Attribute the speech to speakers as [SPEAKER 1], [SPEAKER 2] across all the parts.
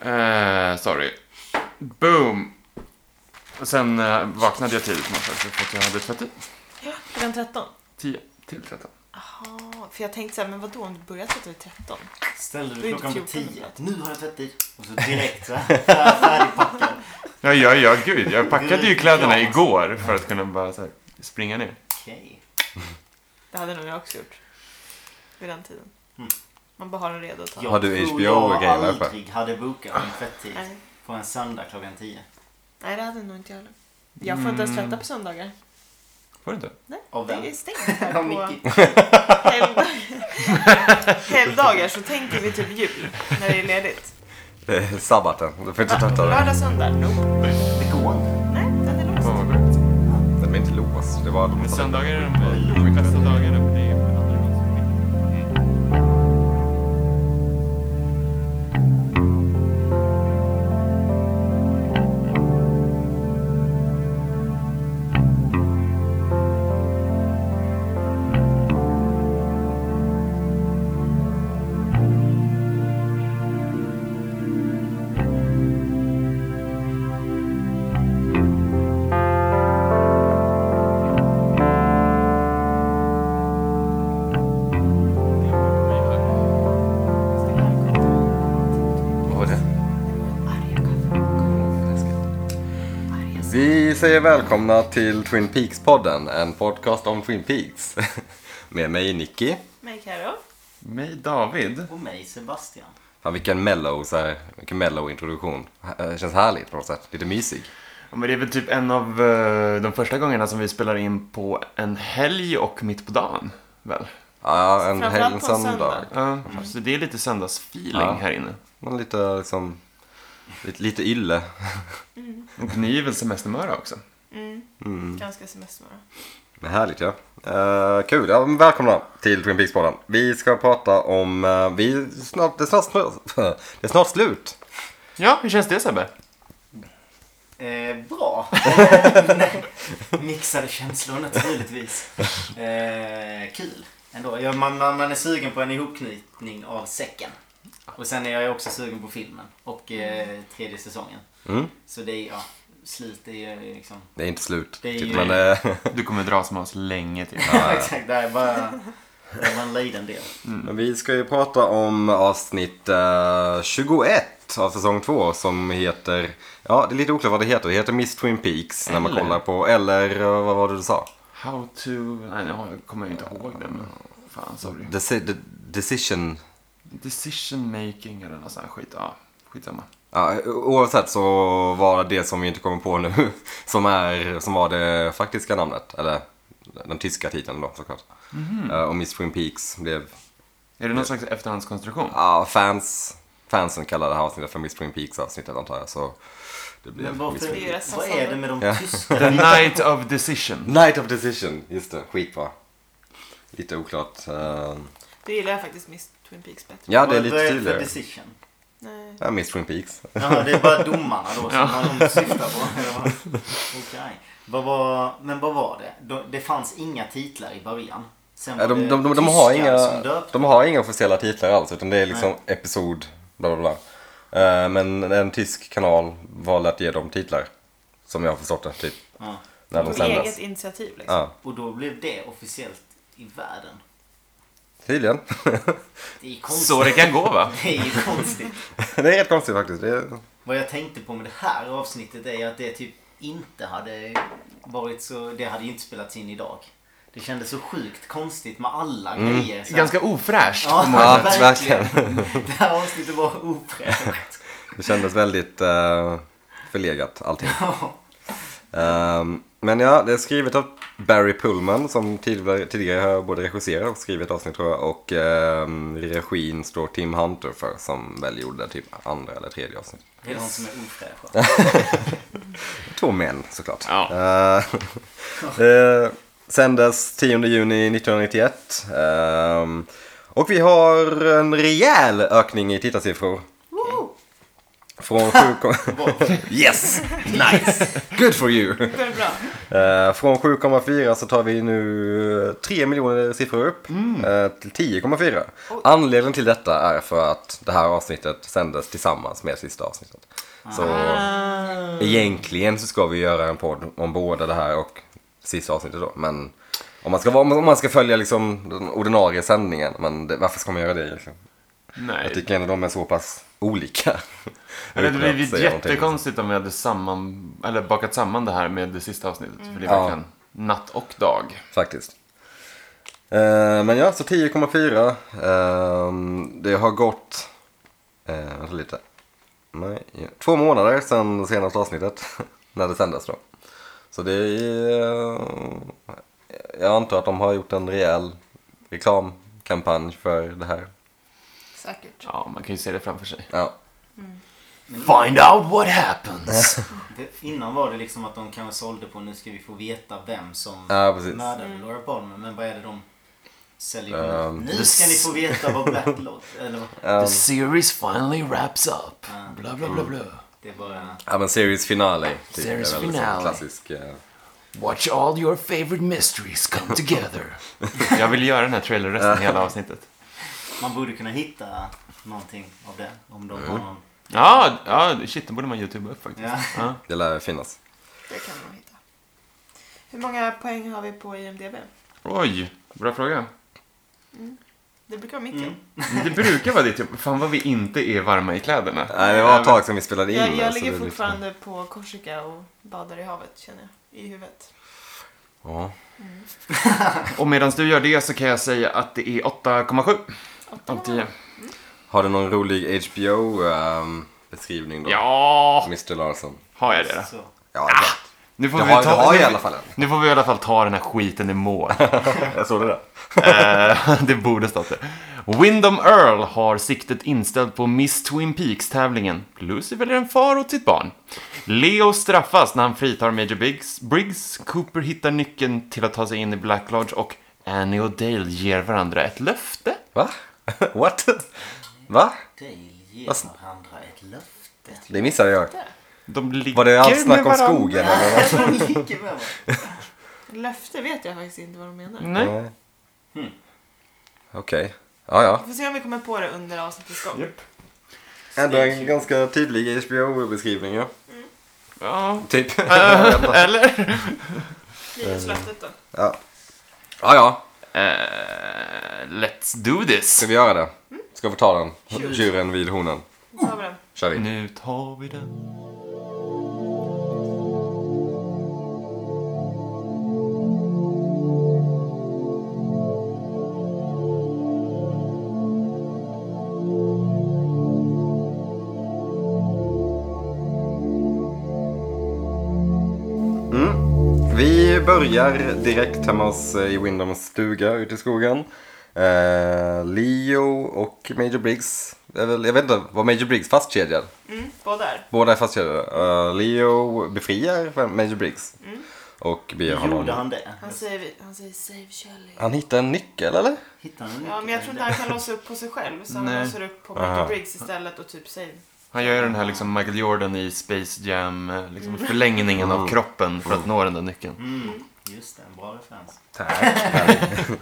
[SPEAKER 1] Sorry. Boom. Och sen vaknade jag tidigt för att jag hade tvättat.
[SPEAKER 2] Ja, klockan 13.
[SPEAKER 1] 10 till 13.
[SPEAKER 2] Jaha, för jag tänkte så här, men vadå om du börjar tvätta vid 13?
[SPEAKER 3] Ställde
[SPEAKER 2] Det
[SPEAKER 3] du
[SPEAKER 2] är
[SPEAKER 3] klockan på
[SPEAKER 2] inte 14.
[SPEAKER 3] 10. Nu har jag tvättat. Och så direkt så här, färdigpackad.
[SPEAKER 1] Ja, gud. Jag packade ju kläderna
[SPEAKER 3] Ja.
[SPEAKER 1] igår för att kunna bara så här, springa ner.
[SPEAKER 3] Okej.
[SPEAKER 2] Det hade nog jag också gjort. Vid den tiden.
[SPEAKER 3] Mm.
[SPEAKER 2] Man bara har den redo att ta.
[SPEAKER 4] Har du
[SPEAKER 3] Jag
[SPEAKER 4] HBO
[SPEAKER 3] tror
[SPEAKER 4] och
[SPEAKER 3] jag
[SPEAKER 4] grejer uppe?
[SPEAKER 3] aldrig hade bokat en tvätttid
[SPEAKER 2] Nej.
[SPEAKER 3] på en söndag klockan 10.
[SPEAKER 2] Nej, det hade nog inte jag heller. Jag får inte ens tvätta på söndagar.
[SPEAKER 1] Får du inte?
[SPEAKER 2] Nej,
[SPEAKER 3] Av
[SPEAKER 2] det
[SPEAKER 3] vem?
[SPEAKER 2] är stängt här
[SPEAKER 3] Av
[SPEAKER 2] på
[SPEAKER 3] Micke.
[SPEAKER 2] helgdagar, så tänker vi typ jul när det är ledigt.
[SPEAKER 4] Det är sabbaten. Du får inte tvätta den.
[SPEAKER 2] Lördag, söndag, nope.
[SPEAKER 3] Det går inte.
[SPEAKER 2] Nej, den är låst.
[SPEAKER 1] Vad var det?
[SPEAKER 4] Den är inte låst. Det var
[SPEAKER 1] Men söndagar är de bästa dagarna. Det är på andra vis.
[SPEAKER 4] Vad var det?
[SPEAKER 2] Arga kaffe.
[SPEAKER 4] Vi säger välkomna till Twin Peaks-podden. En podcast om Twin Peaks. Med mig Nicky.
[SPEAKER 2] Mig, Karo.
[SPEAKER 1] Mig, David.
[SPEAKER 3] Och mig Sebastian.
[SPEAKER 4] Fan, vilken mellow introduktion. Det känns härligt på något sätt. Lite mysig.
[SPEAKER 1] Ja, men det är väl typ en av de första gångerna som vi spelar in på en helg och mitt på dagen, väl?
[SPEAKER 4] Ja, en
[SPEAKER 2] Framförallt
[SPEAKER 4] hel
[SPEAKER 2] på en
[SPEAKER 4] söndag.
[SPEAKER 1] Ja, så det är lite söndagsfeeling
[SPEAKER 4] Ja.
[SPEAKER 1] här inne.
[SPEAKER 4] Men lite liksom... Lite ylle.
[SPEAKER 1] Och ni är väl semestermöra också?
[SPEAKER 2] Ganska semestermöra.
[SPEAKER 4] Men härligt, ja. Kul. Ja, men välkomna till Twin Peaks-podden. Vi ska prata om... det är snart slut.
[SPEAKER 1] Ja, hur känns det, Sebbe?
[SPEAKER 3] Bra. Mixade känslor naturligtvis. Kul. Ändå. Man är sugen på en ihopknytning av säcken. Och sen är jag också sugen på filmen. Och tredje säsongen.
[SPEAKER 4] Mm.
[SPEAKER 3] Så det är, slut är ju liksom...
[SPEAKER 4] Det är inte slut.
[SPEAKER 3] Det är
[SPEAKER 4] typ,
[SPEAKER 3] ju-
[SPEAKER 4] men,
[SPEAKER 1] Du kommer dras med oss länge till.
[SPEAKER 3] Ja, exakt. Det är bara en liten del.
[SPEAKER 4] men vi ska ju prata om avsnitt 21 av säsong 2 som heter... Ja, det är lite oklart vad det heter. Det heter Miss Twin Peaks när man
[SPEAKER 1] Eller-
[SPEAKER 4] kollar på... Eller vad var det du sa?
[SPEAKER 1] How to... Nej, jag kommer inte ihåg det, men... Fan, sorry.
[SPEAKER 4] Decision...
[SPEAKER 1] Decision making eller något sånt här skit. Ja, skitsamma.
[SPEAKER 4] Ja, oavsett så var det som vi inte kommer på nu som var det faktiska namnet. Eller den tyska titeln då såklart. Och Miss Twin Peaks blev...
[SPEAKER 1] Är det någon slags efterhandskonstruktion?
[SPEAKER 4] Ja, fansen kallade det här avsnittet för Miss Twin Peaks avsnittet antar jag. Så det blev
[SPEAKER 3] Men
[SPEAKER 4] Miss Twin
[SPEAKER 2] Det är ju
[SPEAKER 4] Peaks.
[SPEAKER 2] rätt
[SPEAKER 3] vad
[SPEAKER 2] passande.
[SPEAKER 3] är det med de
[SPEAKER 4] Ja.
[SPEAKER 3] tyska?
[SPEAKER 1] The Night of Decision.
[SPEAKER 4] Night of Decision, just det, skitbra. Lite oklart.
[SPEAKER 2] Det gillar jag faktiskt Miss Twin Peaks bättre.
[SPEAKER 4] Ja, det är
[SPEAKER 3] Vad
[SPEAKER 4] lite
[SPEAKER 3] är det för
[SPEAKER 4] tydligare.
[SPEAKER 3] decision?
[SPEAKER 2] Nej.
[SPEAKER 4] Ja, Miss Twin Peaks.
[SPEAKER 3] Jaha, det är bara domarna då som man syftar på. Okej. Men vad var det? Det fanns inga titlar i början. Sen
[SPEAKER 4] Ja,
[SPEAKER 3] var det
[SPEAKER 4] de har
[SPEAKER 3] tyskar som
[SPEAKER 4] de har inga officiella titlar alls utan det är liksom episod bla bla bla. Men en tysk kanal valde att ge dem titlar. Som jag har förstått det typ.
[SPEAKER 3] Ja.
[SPEAKER 4] När de
[SPEAKER 2] På
[SPEAKER 4] sändes.
[SPEAKER 2] eget initiativ liksom.
[SPEAKER 4] Ja,
[SPEAKER 3] Och då blev det officiellt i världen.
[SPEAKER 4] tydligen.
[SPEAKER 3] Det är konstigt.
[SPEAKER 1] Så det kan gå, va?
[SPEAKER 3] Det är ju konstigt.
[SPEAKER 4] Det är rätt konstigt faktiskt. Det är...
[SPEAKER 3] Vad jag tänkte på med det här avsnittet är att det typ inte hade varit så... Det hade ju inte spelats in idag. Det kändes så sjukt konstigt med alla grejer. Så här.
[SPEAKER 1] Ganska ofräscht.
[SPEAKER 3] Ja,
[SPEAKER 1] på många
[SPEAKER 4] Ja,
[SPEAKER 1] sätt.
[SPEAKER 3] verkligen. Det här avsnittet var ofräscht.
[SPEAKER 4] Det kändes väldigt förlegat allting. Men ja, det är skrivet av Barry Pullman som tidigare har både regisserat och skrivit avsnitt tror jag. Och regin står Tim Hunter för som väl gjorde typ andra eller tredje avsnitt.
[SPEAKER 3] Det är de som är ofräscha.
[SPEAKER 4] 2 män såklart.
[SPEAKER 1] Ja.
[SPEAKER 4] Sändes 10 juni 1991. Och vi har en rejäl ökning i tittarsiffror. Från 7,4... Yes! Nice! Good for you!
[SPEAKER 2] Det är bra.
[SPEAKER 4] Från 7,4 så tar vi nu 3 miljoner siffror upp till 10,4. Anledningen till detta är för att det här avsnittet sändes tillsammans med sista avsnittet. Så egentligen så ska vi göra en podd om båda det här och sista avsnittet då. Men om man ska följa liksom den ordinarie sändningen, men varför ska man göra det liksom?
[SPEAKER 1] Nej.
[SPEAKER 4] Jag tycker ändå de är så pass olika.
[SPEAKER 1] Det hade blivit jättekonstigt om vi hade bakat samman det här med det sista avsnittet. För det är verkligen natt och dag.
[SPEAKER 4] Faktiskt. Men ja, så 10,4. Det har gått lite. 2 månader sedan senaste avsnittet. När det sändes då. Så det är... jag antar att de har gjort en rejäl reklamkampanj för det här.
[SPEAKER 2] Säkert.
[SPEAKER 1] Ja, man kan ju se det framför sig.
[SPEAKER 4] Ja.
[SPEAKER 1] Find out what happens!
[SPEAKER 3] Innan var det liksom att de kanske sålde på, nu ska vi få veta vem som
[SPEAKER 4] precis.
[SPEAKER 3] mördade Laura Palmer. Men vad är det de säljer? Nu ska ni få veta vad Black låter. Eller vad?
[SPEAKER 1] The series finally wraps up. Bla bla bla bla.
[SPEAKER 3] Det är bara...
[SPEAKER 4] Ja, men series finale. Typ,
[SPEAKER 1] Series
[SPEAKER 4] är väl
[SPEAKER 1] finale.
[SPEAKER 4] en klassisk...
[SPEAKER 1] Watch all your favorite mysteries come together. Jag vill göra den här trailerresten hela avsnittet.
[SPEAKER 3] Man borde kunna hitta någonting av det. Om de har någon...
[SPEAKER 1] Ja, shit, det borde man YouTube upp faktiskt. Ja.
[SPEAKER 4] Det lär finnas.
[SPEAKER 2] Det kan man hitta. Hur många poäng har vi på IMDb?
[SPEAKER 1] Oj, bra fråga.
[SPEAKER 2] Det brukar vara mitt jobb.
[SPEAKER 1] Det brukar vara ditt jobb. Fan vad vi inte är varma i kläderna.
[SPEAKER 4] Nej, det var ett tag sedan vi spelade in.
[SPEAKER 2] Jag
[SPEAKER 4] så
[SPEAKER 2] ligger
[SPEAKER 4] det är
[SPEAKER 2] fortfarande på Korsika och badar i havet, känner jag. I huvudet.
[SPEAKER 4] Ja.
[SPEAKER 1] Och medan du gör det så kan jag säga att det är 8,7 av 10.
[SPEAKER 4] Har du någon rolig HBO-beskrivning då?
[SPEAKER 1] Ja,
[SPEAKER 4] Mr. Larsson.
[SPEAKER 1] har jag det?
[SPEAKER 3] Så.
[SPEAKER 4] Ja, det är klart.
[SPEAKER 1] Nu får
[SPEAKER 4] Jag
[SPEAKER 1] vi
[SPEAKER 4] har,
[SPEAKER 1] ta,
[SPEAKER 4] jag har
[SPEAKER 1] nu,
[SPEAKER 4] i alla fall en.
[SPEAKER 1] nu får vi i alla fall ta den här skiten i mål.
[SPEAKER 4] Jag såg det där.
[SPEAKER 1] Det borde stått det. Wyndham Earl har siktet inställt på Miss Twin Peaks-tävlingen. Lucy väljer en far åt sitt barn. Leo straffas när han fritar Major Briggs. Cooper hittar nyckeln till att ta sig in i Black Lodge och Annie och Dale ger varandra ett löfte.
[SPEAKER 4] Va? What? Va?
[SPEAKER 3] Dale ger
[SPEAKER 4] Vad-
[SPEAKER 3] varandra ett löfte.
[SPEAKER 4] Det missade jag.
[SPEAKER 1] De ligger
[SPEAKER 4] Var det allt snack
[SPEAKER 1] med
[SPEAKER 4] om
[SPEAKER 1] varandra.
[SPEAKER 4] skogen eller vad?
[SPEAKER 3] De ligger med varandra.
[SPEAKER 2] Löfte vet jag faktiskt inte vad de menar.
[SPEAKER 1] Nej.
[SPEAKER 4] Okej. Ja.
[SPEAKER 2] Vi får se om vi kommer på det under avsnittets gång.
[SPEAKER 1] Japp.
[SPEAKER 4] Ändå en ganska tydlig HBO-beskrivning, ja.
[SPEAKER 1] Ja.
[SPEAKER 4] Typ.
[SPEAKER 1] Eller?
[SPEAKER 2] Nyhetslöftet då.
[SPEAKER 4] Ja.
[SPEAKER 1] Let's do this.
[SPEAKER 4] Ska vi göra det? Ska vi ta den? Tjuren vid honen.
[SPEAKER 2] Så har vi den.
[SPEAKER 4] Kör vi.
[SPEAKER 1] Nu tar vi den.
[SPEAKER 4] Vi börjar direkt hemma hos i Wyndhams stuga ute i skogen. Leo och Major Briggs. Jag vet inte, var Major Briggs fastkedjad?
[SPEAKER 2] Båda är.
[SPEAKER 4] Båda är fastkedjade. Leo befriar Major Briggs. Och ber
[SPEAKER 3] Gjorde
[SPEAKER 4] honom.
[SPEAKER 3] han det?
[SPEAKER 2] Han säger save Shelley.
[SPEAKER 4] Han hittar en nyckel, eller?
[SPEAKER 3] Hittar han en
[SPEAKER 2] Ja, men jag tror inte han kan låsa upp på sig själv. Så han
[SPEAKER 1] Nej.
[SPEAKER 2] låser upp på
[SPEAKER 4] Aha.
[SPEAKER 2] Michael Briggs istället och typ save.
[SPEAKER 1] Han gör ju den här liksom Michael Jordan i Space Jam, liksom förlängningen av kroppen för att nå den där nyckeln.
[SPEAKER 3] Just det, en bra referens.
[SPEAKER 4] Tack.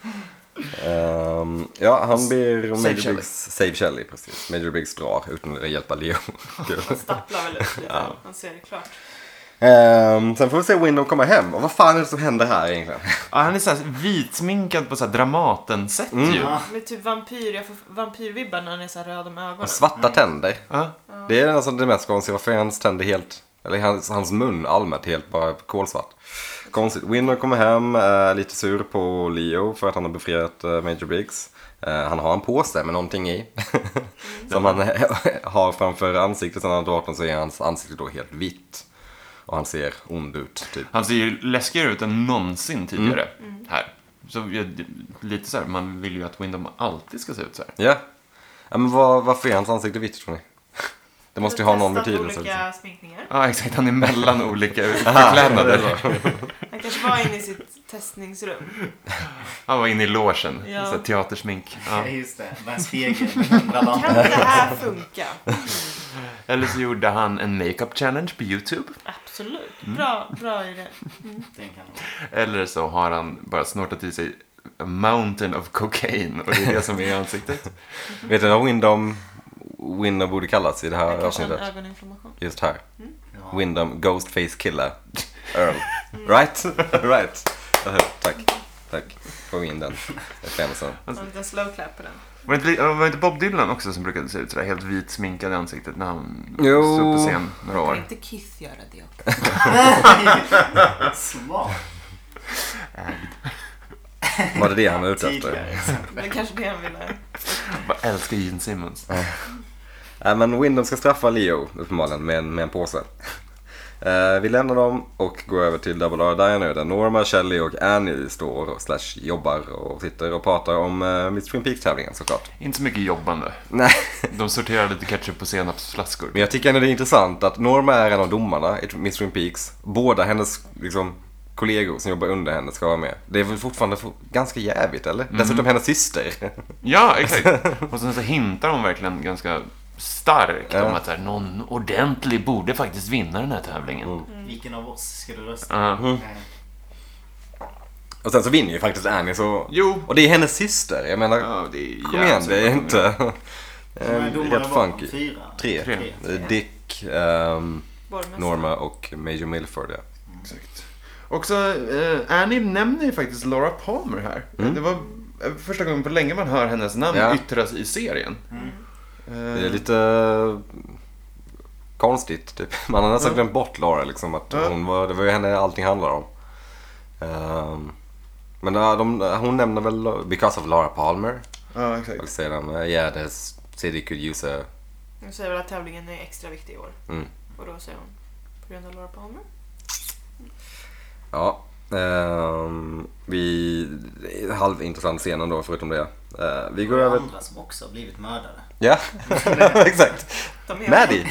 [SPEAKER 4] Ja, han ber om
[SPEAKER 1] Save
[SPEAKER 4] Major Briggs. Save Shelley, precis. Major Briggs drar utan att hjälpa Leo. Kul.
[SPEAKER 2] Han stapplar väl upp lite. Han ser det klart.
[SPEAKER 4] Sen får vi se Wyndham komma hem. Och vad fan är det som händer här egentligen?
[SPEAKER 1] Ja, han är så här vitsminkad på så här Dramaten-sätt ju.
[SPEAKER 2] Med typ jag får vampyrvibbar när han är så här röd om ögonen.
[SPEAKER 4] Svarta tänder.
[SPEAKER 1] Ja.
[SPEAKER 4] Det är alltså det mest konstiga. Varför är hans tänder helt... Eller hans mun allmänt helt bara kolsvart. Konstigt. Wyndham kommer hem lite sur på Leo för att han har befriat Major Briggs. Han har en påse med någonting i. Som han har framför ansiktet. Sen när han drar den så är hans ansikte då helt vitt. Och han ser ond ut typ.
[SPEAKER 1] Han ser ju läskigare ut än någonsin tidigare här. Så lite så här, man vill ju att Wyndham alltid ska se ut så här.
[SPEAKER 4] Ja. Men varför är hans ansikte vitt tror ni? Det måste ju ha någon
[SPEAKER 2] Testat
[SPEAKER 4] betydelse.
[SPEAKER 2] olika sminkningar.
[SPEAKER 1] Ja, exakt. Han är mellan olika förklädnader.
[SPEAKER 2] Han kanske var inne i sitt testningsrum.
[SPEAKER 1] Han var inne i logen.
[SPEAKER 2] Ja.
[SPEAKER 1] Så här, teatersmink. Ja.
[SPEAKER 3] Ja, just det. Bara en spegel med 100
[SPEAKER 2] Kan
[SPEAKER 3] lampor.
[SPEAKER 2] det här funka?
[SPEAKER 1] Eller så gjorde han en makeup challenge på YouTube.
[SPEAKER 2] Absolut.
[SPEAKER 1] Mm.
[SPEAKER 2] Bra idé.
[SPEAKER 3] Den kan vara.
[SPEAKER 1] Eller så har han bara snortat i sig a mountain of cocaine. Och det är det som är i ansiktet.
[SPEAKER 4] Vet du vad Windom borde kallas i det här
[SPEAKER 2] Kanske en
[SPEAKER 4] avsnittet?
[SPEAKER 2] ögoninflammation.
[SPEAKER 4] Just här.
[SPEAKER 3] Ja.
[SPEAKER 4] Windom Ghostface Killer Earl. Right? Right. Tack. Få in den referensen.
[SPEAKER 2] En liten slow clap på den.
[SPEAKER 1] Var det inte Bob Dylan också som brukade se ut sådär helt vit sminkad i ansiktet när han
[SPEAKER 4] Jo.
[SPEAKER 1] stod på scen några
[SPEAKER 2] Kan
[SPEAKER 1] år?
[SPEAKER 2] inte Kiss göra det också?
[SPEAKER 3] Smart.
[SPEAKER 4] Var det han var ute
[SPEAKER 3] Tidigare.
[SPEAKER 4] efter?
[SPEAKER 2] Det är kanske det han ville.
[SPEAKER 1] Jag bara älskar Gene Simmons.
[SPEAKER 4] Nej, men Windom ska straffa Leo uppenbarligen med en påse. Vi lämnar dem och går över till Double R Diner där Norma, Shelley och Annie står och jobbar och sitter och pratar om Miss Twin Peaks-tävlingen såklart.
[SPEAKER 1] Inte så mycket jobbande.
[SPEAKER 4] Nej,
[SPEAKER 1] De sorterar lite ketchup på senapsflaskor.
[SPEAKER 4] men jag tycker ändå det är intressant att Norma är en av domarna i Miss Twin Peaks. Båda hennes kollegor som jobbar under henne ska vara med. Det är väl fortfarande ganska jävigt, eller? Dessutom hennes syster.
[SPEAKER 1] Ja, exakt. Och sen så hintar hon verkligen ganska starkt
[SPEAKER 4] Ja.
[SPEAKER 1] om att så här, någon ordentlig borde faktiskt vinna den här tävlingen.
[SPEAKER 3] Vilken av oss ska du rösta?
[SPEAKER 1] Ja.
[SPEAKER 4] Och sen så vinner ju faktiskt Annie så...
[SPEAKER 1] Jo.
[SPEAKER 4] Och det är hennes syster, jag menar...
[SPEAKER 1] Ja, det är
[SPEAKER 4] Kom igen, det är inte...
[SPEAKER 3] Domarna
[SPEAKER 4] Helt
[SPEAKER 3] var
[SPEAKER 4] funky.
[SPEAKER 3] 4.
[SPEAKER 4] Tre.
[SPEAKER 1] Tre.
[SPEAKER 4] Det är Dick,
[SPEAKER 2] Borgmästaren.
[SPEAKER 4] Norma och Major Milford, ja.
[SPEAKER 1] Exakt. Också, Annie nämner ju faktiskt Laura Palmer här. Det var första gången på länge man hör hennes namn
[SPEAKER 4] Ja.
[SPEAKER 1] yttras i serien.
[SPEAKER 4] Det är lite konstigt, typ. Man har nästan glömt bort Laura, liksom. Att
[SPEAKER 1] Ja.
[SPEAKER 4] det var ju henne allting handlar om. Men hon nämner väl Because of Laura Palmer.
[SPEAKER 1] Ja, exakt.
[SPEAKER 4] Och sedan, yeah, the city could use a...
[SPEAKER 2] Hon säger väl att tävlingen är extra viktig i år.
[SPEAKER 4] Mm.
[SPEAKER 2] Och då säger hon på grund av Laura Palmer.
[SPEAKER 4] Ja. Halvintressant scenen då, förutom det. Vi går
[SPEAKER 3] Det är
[SPEAKER 4] över...
[SPEAKER 3] andra som också har blivit mördare.
[SPEAKER 4] Ja, exakt.
[SPEAKER 2] De är
[SPEAKER 4] Maddie.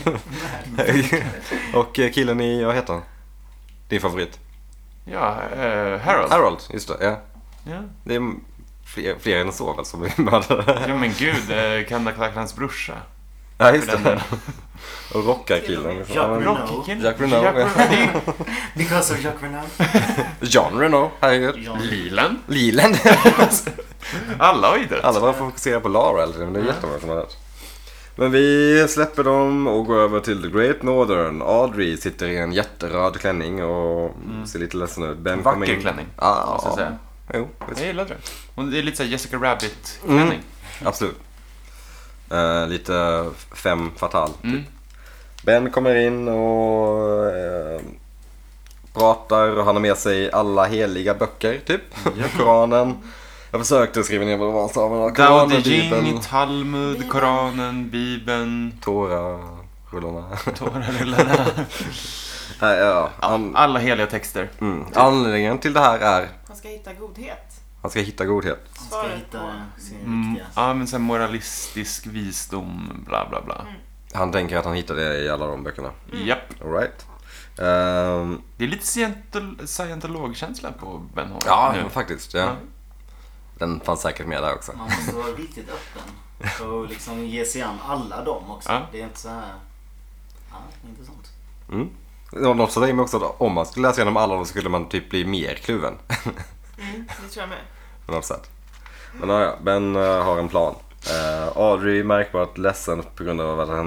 [SPEAKER 4] Och killen i, vad heter han? Din favorit?
[SPEAKER 1] Ja, Harold.
[SPEAKER 4] Harold, just det, ja.
[SPEAKER 1] Ja.
[SPEAKER 4] Det är fler än så väl som är mördare.
[SPEAKER 1] Ja men gud, Kanda Klacklans brorsa.
[SPEAKER 4] Ja, just det. Och rockarkillen.
[SPEAKER 3] Jacques
[SPEAKER 4] Ja, men-
[SPEAKER 3] Renault.
[SPEAKER 1] Rocky-killen.
[SPEAKER 4] Jack Renault, ja.
[SPEAKER 1] Renault.
[SPEAKER 3] Because of Jacques Renault.
[SPEAKER 4] John Renault, herregud.
[SPEAKER 3] John.
[SPEAKER 1] Leland.
[SPEAKER 4] Leland.
[SPEAKER 1] Alla har ju dött.
[SPEAKER 4] Alla bara fokuserar på Lara, eller? Men det är jättemånga som har rätt. Men vi släpper dem och går över till The Great Northern. Audrey sitter i en jätteröd klänning och ser lite ledsen ut. Ben kommer
[SPEAKER 1] Vacker
[SPEAKER 4] in.
[SPEAKER 1] klänning,
[SPEAKER 4] Ja,
[SPEAKER 1] måste jag säga.
[SPEAKER 4] Jo,
[SPEAKER 1] Jag gillar det. Och det är lite så här Jessica Rabbit-klänning.
[SPEAKER 4] absolut. Lite femme fatale.
[SPEAKER 1] Mm.
[SPEAKER 4] Ben kommer in och pratar och han har med sig alla heliga böcker, typ. Koranen. Jag försökte skriva ner vad det var han sa, men
[SPEAKER 1] Tao
[SPEAKER 4] Koranen,
[SPEAKER 1] Te Ching,
[SPEAKER 4] Bibeln,
[SPEAKER 1] Talmud, Koranen, Bibeln,
[SPEAKER 4] Torah-rullarna.
[SPEAKER 1] Torarullarna.
[SPEAKER 4] Ja, han,
[SPEAKER 1] Alla heliga texter.
[SPEAKER 4] anledningen till det här är
[SPEAKER 2] Han ska hitta godhet.
[SPEAKER 4] han ska hitta godhet.
[SPEAKER 3] Han ska
[SPEAKER 2] Svaret
[SPEAKER 3] hitta
[SPEAKER 2] på.
[SPEAKER 3] sin riktiga.
[SPEAKER 1] Ja, men så här moralistisk visdom, bla bla bla.
[SPEAKER 4] Han tänker att han hittar det i alla de böckerna.
[SPEAKER 1] Japp.
[SPEAKER 4] All right.
[SPEAKER 1] Det är lite scientologkänsla på Ben Hur
[SPEAKER 4] Ja,
[SPEAKER 1] nu.
[SPEAKER 4] faktiskt. Ja.
[SPEAKER 1] Ja.
[SPEAKER 4] Den fanns säkert med där också.
[SPEAKER 3] Man måste vara riktigt öppen och liksom ge sig an alla dem också.
[SPEAKER 1] Ja.
[SPEAKER 3] Det är inte så här... Ja, intressant.
[SPEAKER 4] Något som säger mig också att om man skulle läsa igenom alla dem så skulle man typ bli mer kluven.
[SPEAKER 2] Det tror jag med.
[SPEAKER 4] På något sätt. Men ja, Ben har en plan. Audrey märkbart ledsen på grund av att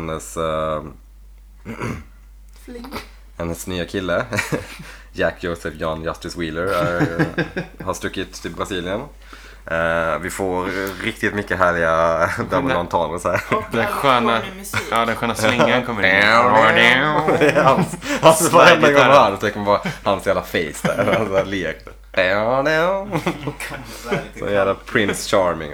[SPEAKER 4] hennes nya kille Jack Joseph John Justice Wheeler har stuckit till Brasilien. Vi får riktigt mycket härliga double entendres här.
[SPEAKER 2] Och
[SPEAKER 1] Den
[SPEAKER 2] all
[SPEAKER 1] sköna,
[SPEAKER 2] corny musik.
[SPEAKER 1] ja, den sköna slingan kommer in.
[SPEAKER 4] Det är hans varenda gång han tänker man bara hans jävla face där. Alltså ler. Så jävla Prince Charming.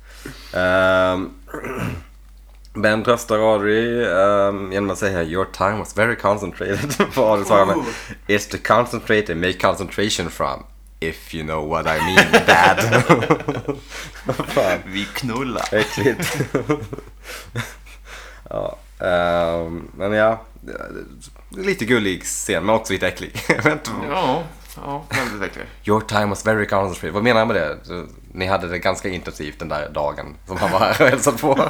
[SPEAKER 4] Ben tröstar Audrey genom att säga your time was very concentrated. För Audrey svarar med it's to concentrate and make concentration from. If you know what I mean, dad. Fan.
[SPEAKER 1] Vi knullar.
[SPEAKER 4] Äckligt. Ja. Men ja, lite gullig scen men också lite äcklig.
[SPEAKER 1] Ja, väldigt äcklig.
[SPEAKER 4] Your time was very concentrated. Vad menar jag med det? Ni hade det ganska intensivt den där dagen som han var här och hälsade på.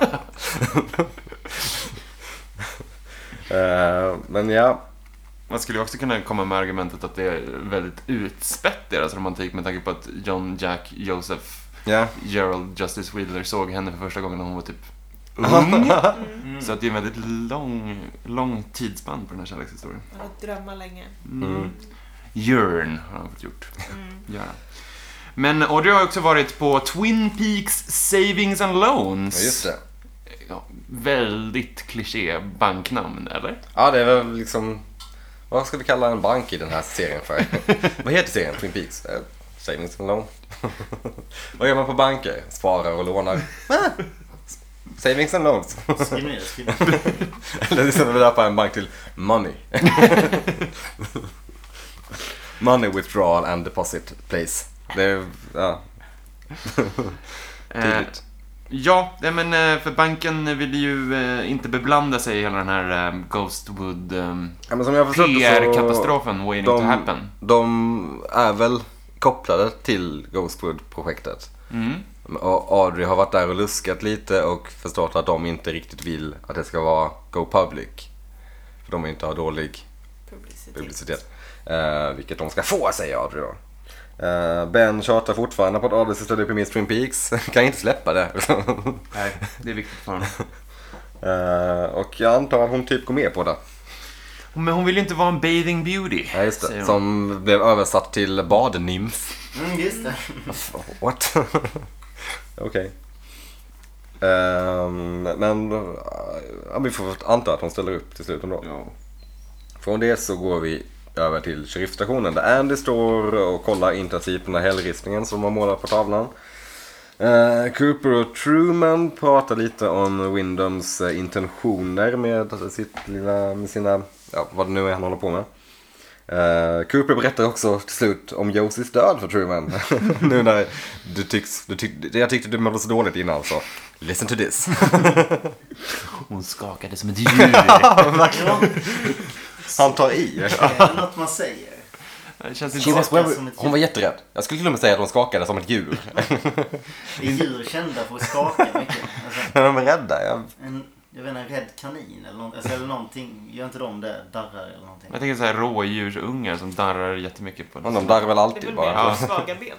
[SPEAKER 4] Men ja.
[SPEAKER 1] Man skulle ju också kunna komma med argumentet att det är väldigt utspätt deras romantik med tanke på att John, Jack, Joseph, Gerald, Justice Wheeler såg henne för första gången när hon var typ ung. Så att det är en väldigt lång tidsspann på den här kärlekshistorien.
[SPEAKER 2] Han har drömmar länge.
[SPEAKER 1] Yearn har han fått gjort. Men Audrey har också varit på Twin Peaks Savings and Loans.
[SPEAKER 4] Ja, just det.
[SPEAKER 1] Ja, väldigt kliché banknamn, eller?
[SPEAKER 4] Ja, det är väl liksom... Vad ska vi kalla en bank i den här serien för? Vad heter serien? Twin Peaks? Savings and Loan. Vad gör man på banker? Sparar och lånar. Savings and Loans.
[SPEAKER 3] Skriv ner.
[SPEAKER 4] Eller det är döpa en bank till Money. Money withdrawal and deposit place. Det är, tydligt.
[SPEAKER 1] Ja, men för banken vill ju inte beblanda sig i hela den här Ghostwood PR-katastrofen waiting to happen.
[SPEAKER 4] De är väl kopplade till Ghostwood-projektet. Och Audrey har varit där och luskat lite och förstått att de inte riktigt vill att det ska vara go public. För de inte har dålig publicitet. Vilket de ska få, säger Audrey då. Ben tjatar fortfarande på att Audrey ska ställa upp i Miss Twin Peaks. Kan inte släppa det.
[SPEAKER 1] Nej, det är viktigt för honom.
[SPEAKER 4] Och jag antar att hon typ går med på det.
[SPEAKER 1] Men hon vill ju inte vara en bathing beauty.
[SPEAKER 4] Ja, just det. Som blev översatt till badnymf.
[SPEAKER 3] Just det.
[SPEAKER 4] What? Okej. Men vi får anta att hon ställer upp till slut ändå.
[SPEAKER 1] Ja.
[SPEAKER 4] Från det så går vi över till sheriffstationen där Andy står och kollar intensivt på den här hällristningen som har målat på tavlan. Cooper och Truman pratar lite om Wyndhams intentioner med sina, vad det nu är han håller på med. Cooper berättar också till slut om Josies död för Truman. Nu när jag tyckte du mådde så dåligt innan, så listen to this.
[SPEAKER 1] Hon skakade som ett djur.
[SPEAKER 4] Han tar i.
[SPEAKER 3] Det är något man säger.
[SPEAKER 1] Det känns inte
[SPEAKER 4] Hon var jätterädd. Jag skulle till och med säga att hon skakade som ett djur.
[SPEAKER 3] Är djur kända för att skaka mycket? Alltså,
[SPEAKER 4] Men de är rädda.
[SPEAKER 3] jag vet inte, en rädd kanin eller någonting. Gör inte de det? Darrar eller någonting?
[SPEAKER 1] Jag tänker så här rådjursungar som darrar jättemycket på det.
[SPEAKER 4] De darrar väl
[SPEAKER 2] Det är
[SPEAKER 4] alltid
[SPEAKER 2] väl
[SPEAKER 4] bara.
[SPEAKER 2] mer svaga ben.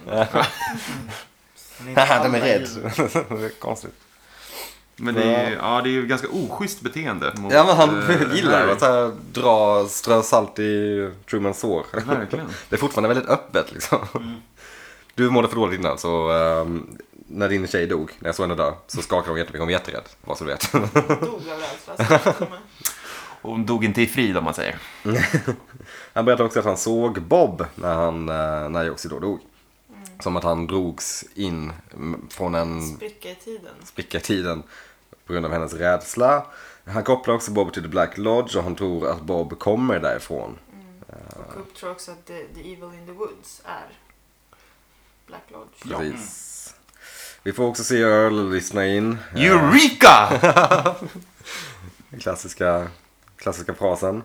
[SPEAKER 4] De är rädd. Det är konstigt.
[SPEAKER 1] Men det är ju ganska oschysst beteende. Mot,
[SPEAKER 4] Ja, men han gillar att strö salt i Trumans sår.
[SPEAKER 1] Verkligen.
[SPEAKER 4] Det är fortfarande väldigt öppet liksom. Du mådde för dåligt innan, så när din tjej dog, när jag såg henne dö, så skakade hon jättemycket, hon var jätterädd, vad så du vet.
[SPEAKER 2] Dog av rädsla.
[SPEAKER 1] Hon dog inte i frid, om man säger.
[SPEAKER 4] Han berättade också att han såg Bob när Josie då dog. Som att han drogs in från en spricka i tiden på grund av hennes rädsla. Han kopplar också Bob till The Black Lodge och han tror att Bob kommer därifrån.
[SPEAKER 2] Och Coop tror också att the Evil in the Woods är Black Lodge.
[SPEAKER 4] Precis. Vi får också se Earl lyssna in.
[SPEAKER 1] Eureka!
[SPEAKER 4] Klassiska frasen.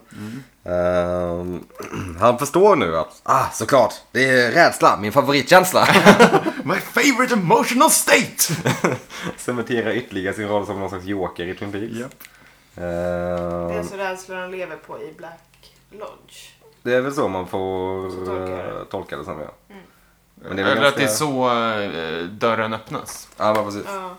[SPEAKER 4] Han förstår nu att såklart, det är rädsla, min favoritkänsla.
[SPEAKER 1] My favorite emotional state!
[SPEAKER 4] Cementerar ytterligare sin roll som någon slags joker i Twin Peaks.
[SPEAKER 1] Yep.
[SPEAKER 2] Det är så rädslor han lever på i Black Lodge.
[SPEAKER 4] Det är väl så man får tolka det som jag.
[SPEAKER 1] Men det är eller att det är så dörren öppnas.
[SPEAKER 4] Ja, precis.
[SPEAKER 2] Ja.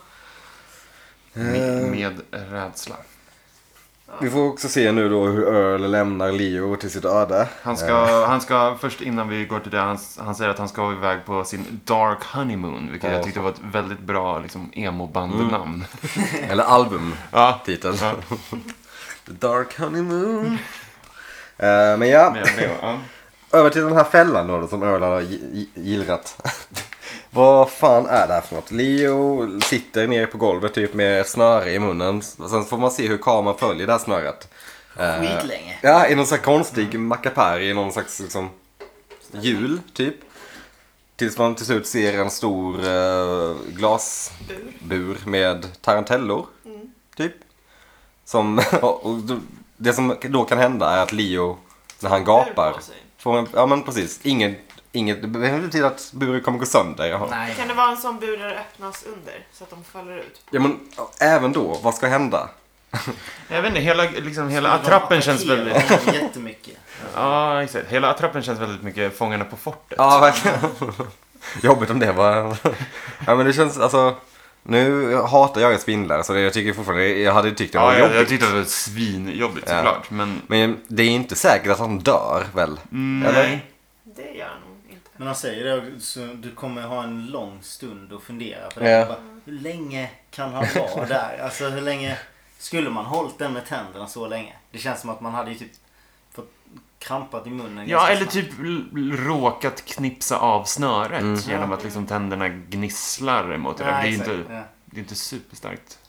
[SPEAKER 1] Med rädsla.
[SPEAKER 4] Vi får också se nu då hur Earl lämnar Leo till sitt öde.
[SPEAKER 1] Han ska först innan vi går till det, han säger att han ska iväg på sin Dark Honeymoon, vilket jag tyckte var ett väldigt bra liksom, emo-bandnamn.
[SPEAKER 4] Eller albumtitel.
[SPEAKER 1] Ja.
[SPEAKER 4] The Dark Honeymoon. Men ja. Över till den här fällan då som Earl har gillrat. Vad fan är det här för något? Leo sitter ner på golvet typ med ett snöre i munnen. Sen får man se hur kameran följer det här snöret.
[SPEAKER 3] Skitlänge.
[SPEAKER 4] Ja, i någon slags konstig mackapär i någon slags liksom, hjul typ. Tills man till slut ser en stor glasbur med tarantellor typ. Som, och det som då kan hända är att Leo, när han gapar, får en, ja men precis, inget, det behöver inte betyda att buren kommer gå sönder.
[SPEAKER 3] Nej.
[SPEAKER 2] Kan det vara en sån bur där det öppnas under så att de faller ut?
[SPEAKER 4] Ja men även då, vad ska hända?
[SPEAKER 1] Jag vet inte, hela attrappen känns väldigt...
[SPEAKER 3] Jättemycket.
[SPEAKER 1] Ja, exakt. Hela attrappen känns väldigt mycket Fångarna på fortet.
[SPEAKER 4] Ja, verkligen. Jobbigt om det var... Ja men det känns, alltså... Nu hatar jag spindlar så jag tycker fortfarande, jag hade tyckt det var jobbigt.
[SPEAKER 1] Jag tyckte det var svinjobbigt såklart.
[SPEAKER 4] Men det är inte säkert att han dör väl?
[SPEAKER 1] Nej.
[SPEAKER 2] Det gör han nog inte.
[SPEAKER 3] Men han säger det, så du kommer ha en lång stund och fundera på det.
[SPEAKER 4] Ja.
[SPEAKER 3] Bara, hur länge kan han vara där? Alltså hur länge skulle man hållit den med tänderna så länge? Det känns som att man hade ju typ fått krampat i munnen.
[SPEAKER 1] Ja, eller typ råkat knipsa av snöret genom att liksom tänderna gnisslar emot det.
[SPEAKER 3] Ja,
[SPEAKER 1] Det är
[SPEAKER 3] exakt.
[SPEAKER 1] det är inte superstarkt.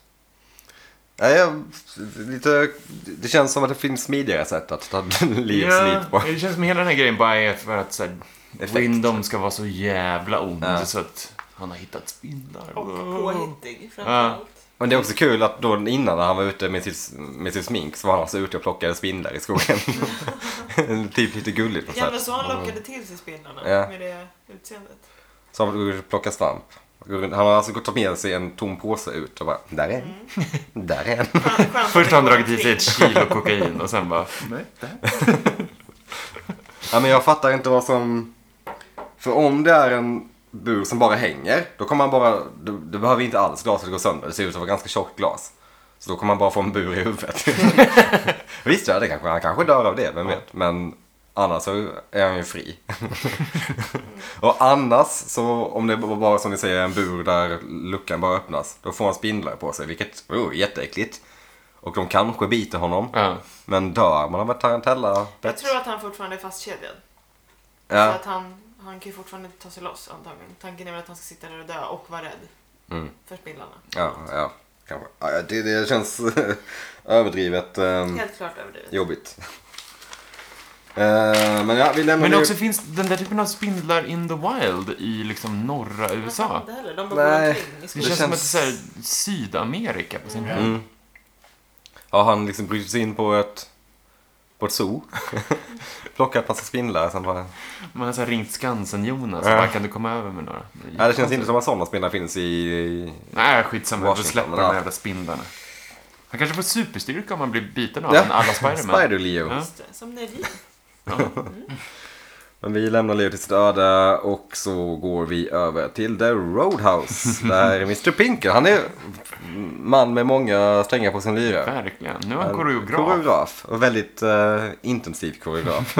[SPEAKER 4] Det känns som att det finns smidigare sätt att ta livets liv på.
[SPEAKER 1] Det känns som hela den här grejen bara är för att så här,
[SPEAKER 4] Effekt.
[SPEAKER 1] Windom ska vara så jävla ond
[SPEAKER 4] Ja.
[SPEAKER 1] så att han har hittat spindlar.
[SPEAKER 2] Och påhittig framförallt.
[SPEAKER 4] Men det är också kul att då innan när han var ute med sitt smink så var han alltså ute och plockade spindlar i skogen. Typ lite gulligt på
[SPEAKER 2] Ja,
[SPEAKER 4] sätt.
[SPEAKER 2] men så han lockade till sig spindlarna
[SPEAKER 4] Ja.
[SPEAKER 2] med det utseendet.
[SPEAKER 4] Så han var ute och plockade svamp. Han har alltså gått med sig en tom påse ut och bara, där är en. Där är en.
[SPEAKER 1] Först har han dragit i sig 1 kilo kokain och sen bara, nej.
[SPEAKER 4] Ja, men jag fattar inte vad som... För om det är en bur som bara hänger, då kommer man bara... Det behöver inte alls glaset gå sönder. Det ser ut som ett ganska tjockt glas. Så då kommer man bara få en bur i huvudet. Visst, ja, han kanske dör av det, vem vet. Men annars så är han ju fri. Och annars, så om det bara som ni säger en bur där luckan bara öppnas, då får han spindlar på sig, vilket är jätteäckligt. Och de kanske biter honom.
[SPEAKER 1] Ja.
[SPEAKER 4] Men dör man av en tarantella?
[SPEAKER 2] Jag tror att han fortfarande är fastkedjad. Så
[SPEAKER 4] Ja.
[SPEAKER 2] att han kan ju fortfarande inte ta sig loss antagligen. Tanken är väl att han ska sitta där och dö och vara rädd för spindlarna.
[SPEAKER 4] Ja, kanske. Ja, det känns överdrivet
[SPEAKER 2] Helt klart överdrivet.
[SPEAKER 4] jobbigt. Men ja, vi lämnar
[SPEAKER 1] Men
[SPEAKER 4] det
[SPEAKER 1] också finns den där typen av spindlar in the wild i liksom norra USA.
[SPEAKER 2] Inte heller. De bara
[SPEAKER 4] Nej.
[SPEAKER 2] går omkring i
[SPEAKER 1] Det
[SPEAKER 2] skogen.
[SPEAKER 1] känns som
[SPEAKER 4] känns-
[SPEAKER 1] ett så här, Sydamerika på sin höjd.
[SPEAKER 4] Har han liksom brutit sig in på ett zoo. Plockat massa spindlar. Sen bara...
[SPEAKER 1] Man har så här ringt Skansen-Jonas och bara, kan du komma över med några?
[SPEAKER 4] Ja, det känns inte som att sådana spindlar finns i...
[SPEAKER 1] Nej, skitsamma. Jag får
[SPEAKER 4] Washington,
[SPEAKER 1] släppa
[SPEAKER 4] men
[SPEAKER 1] de här
[SPEAKER 4] ja.
[SPEAKER 1] jävla spindlarna. Han kanske får superstyrka om han blir biten av
[SPEAKER 4] Ja.
[SPEAKER 1] en alla Spiderman.
[SPEAKER 4] Spider-Leo.
[SPEAKER 1] Ja.
[SPEAKER 2] Just det, som Nelly.
[SPEAKER 4] Men vi lämnar Leo till sitt öde och så går vi över till The Roadhouse. Där Mr. Pinker, han är man med många strängar på sin lyra.
[SPEAKER 1] Verkligen. Nu är han koreograf.
[SPEAKER 4] Koreograf. Och väldigt intensiv koreograf.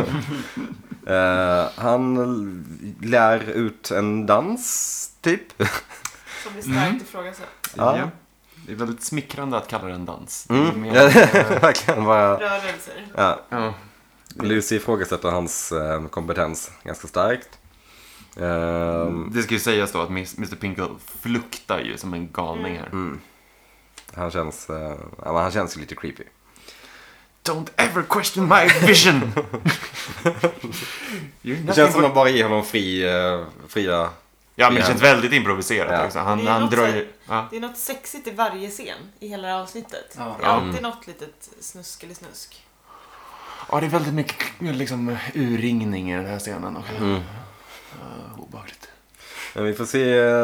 [SPEAKER 4] Han lär ut en dans, typ.
[SPEAKER 2] Som blir starkt ifrågasatt.
[SPEAKER 4] Ja.
[SPEAKER 1] Ja. Det är väldigt smickrande att kalla det en dans.
[SPEAKER 4] Ja, verkligen bara...
[SPEAKER 2] Rörelser.
[SPEAKER 4] Ja.
[SPEAKER 1] Ja.
[SPEAKER 4] Lucy ifrågasätter hans kompetens ganska starkt.
[SPEAKER 1] Det ska ju sägas då att Mr. Pinkle fluktar ju som en galning här.
[SPEAKER 4] Han känns ju lite creepy.
[SPEAKER 1] Don't ever question my vision!
[SPEAKER 4] Det känns som att de bara ger honom fria...
[SPEAKER 1] Ja, men det känns väldigt improviserat
[SPEAKER 4] Ja.
[SPEAKER 1] också.
[SPEAKER 2] Det är
[SPEAKER 1] Han
[SPEAKER 2] något
[SPEAKER 1] drar
[SPEAKER 2] så här-
[SPEAKER 1] ju... Ja.
[SPEAKER 2] Det är något sexigt i varje scen i hela det här avsnittet.
[SPEAKER 3] Ja.
[SPEAKER 2] Det är alltid något litet snusk eller snusk.
[SPEAKER 1] Ja, det är väldigt mycket liksom, urringning i den här scenen också. Obehagligt.
[SPEAKER 4] Men vi får se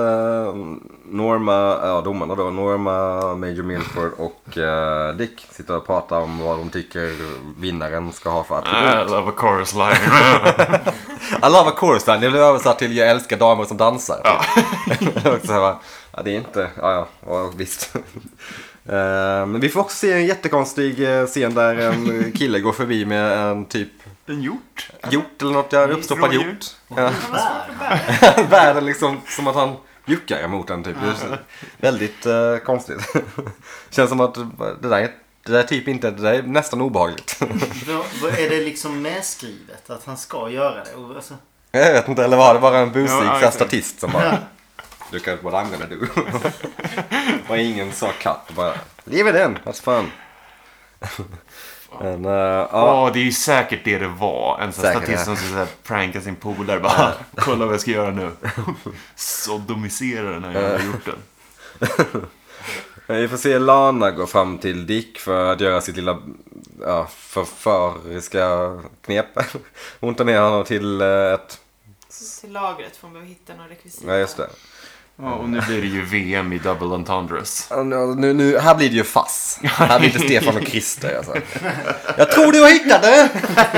[SPEAKER 4] domarna då, Norma, Major Milford och Dick sitta och prata om vad de tycker vinnaren ska ha för
[SPEAKER 1] I
[SPEAKER 4] attribut.
[SPEAKER 1] love a chorus line.
[SPEAKER 4] I love a chorus line, det blir översatt till jag älskar damer som dansar.
[SPEAKER 1] Ja.
[SPEAKER 4] Och så här, ja, det är inte, ja, visst. Men vi får också se en jättekonstig scen där en kille går förbi med en typ
[SPEAKER 1] En hjort.
[SPEAKER 4] hjort eller något, en uppstoppad
[SPEAKER 1] Rådjur.
[SPEAKER 4] hjort.
[SPEAKER 2] Han var svårt att bära.
[SPEAKER 4] Världen liksom som att han juckar emot den typ. Det är väldigt konstigt. Känns som att det där är typ inte, det där är nästan obehagligt.
[SPEAKER 3] Vad är det liksom medskrivet att han ska göra det? Och, alltså,
[SPEAKER 4] Jag vet inte, eller var det bara en busig
[SPEAKER 1] Ja, exakt.
[SPEAKER 4] statist som bara look at what I'm gonna do. Och ingen sa cut, bara leave it in, that's fun. Men, ja.
[SPEAKER 1] Det är ju säkert det var. En sån
[SPEAKER 4] Säkert,
[SPEAKER 1] statist
[SPEAKER 4] ja.
[SPEAKER 1] som ska så här pranka sin polare. Bara, kolla vad jag ska göra nu. Sodomisera den här jävla hjorten.
[SPEAKER 4] Vi får se Lana gå fram till Dick för att göra sitt lilla förföriska knep. Hon tar ner honom till
[SPEAKER 2] Till lagret får man hitta någon rekvisita.
[SPEAKER 4] Ja, just det.
[SPEAKER 1] Ja, och nu blir det ju VM i Double Entendres.
[SPEAKER 4] Nu, här blir det ju fass. Här blir det Stefan och Christer. Alltså. Jag tror du har hittat det!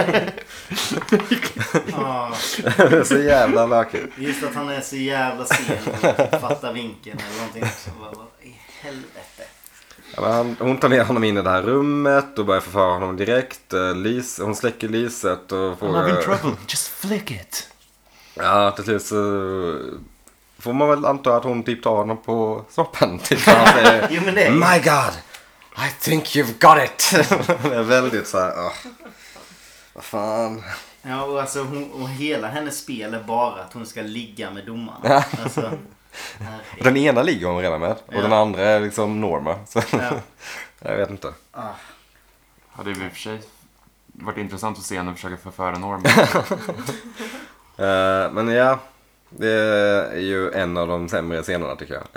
[SPEAKER 4] Det är så jävla lökigt.
[SPEAKER 3] Just att han är så jävla sen och fattar vinkeln eller någonting också. Vad i helvete.
[SPEAKER 4] Ja, hon tar ner honom in i det här rummet och börjar förföra honom direkt. Hon släcker lyset och får...
[SPEAKER 1] I'm in trouble, just flick it.
[SPEAKER 4] Ja, till slut så får man väl anta att hon typ tar honom på snoppen. Typ, han säger,
[SPEAKER 3] Jo, men det är...
[SPEAKER 4] My God, I think you've got it. Det är väldigt så här, vad fan.
[SPEAKER 3] Ja, och alltså och hela hennes spel är bara att hon ska ligga med domaren. Alltså,
[SPEAKER 4] Den ena ligger hon redan med och den andra är liksom Norma. Så, jag vet inte.
[SPEAKER 1] Hade ju i och för sig varit intressant att se henne försöka förföra Norman.
[SPEAKER 4] Men ja, det är ju en av de sämre scenerna tycker jag.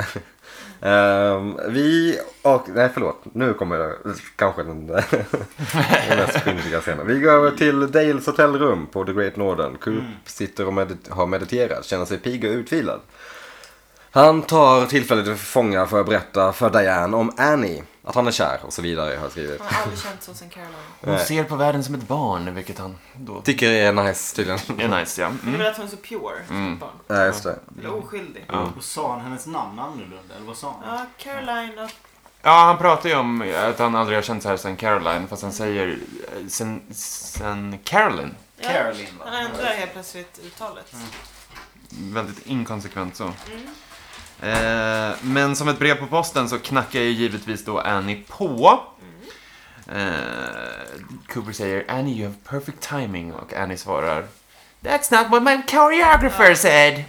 [SPEAKER 4] Nej förlåt, nu kommer det kanske den mest skyndiga scenen. Vi går över till Dales hotellrum på The Great Northern. Coop sitter och har mediterat, känner sig pigg och utvilad. Han tar tillfället att fånga för att berätta för Diane om Annie, att han är kär och så vidare, har jag skrivit.
[SPEAKER 2] Han har aldrig känt så sen Caroline.
[SPEAKER 1] Hon ser på världen som ett barn, vilket han då
[SPEAKER 4] Tycker är nice tydligen.
[SPEAKER 1] är nice, ja.
[SPEAKER 2] Det är väl att hon är så pure som ett barn.
[SPEAKER 4] Ja, just det.
[SPEAKER 2] Eller oskyldig.
[SPEAKER 3] och sa han hennes namn annorlunda? Eller vad sa han?
[SPEAKER 2] Ja, Caroline och...
[SPEAKER 1] Ja, han pratar ju om att han aldrig har känt så här sen Caroline, fast han säger sen Caroline.
[SPEAKER 2] Ja,
[SPEAKER 3] Caroline, va?
[SPEAKER 2] han ändrar helt plötsligt uttalet.
[SPEAKER 1] Väldigt inkonsekvent så. Men som ett brev på posten så knackar ju givetvis då Annie på. Cooper säger Annie, you have perfect timing. Och Annie svarar That's not what my choreographer said.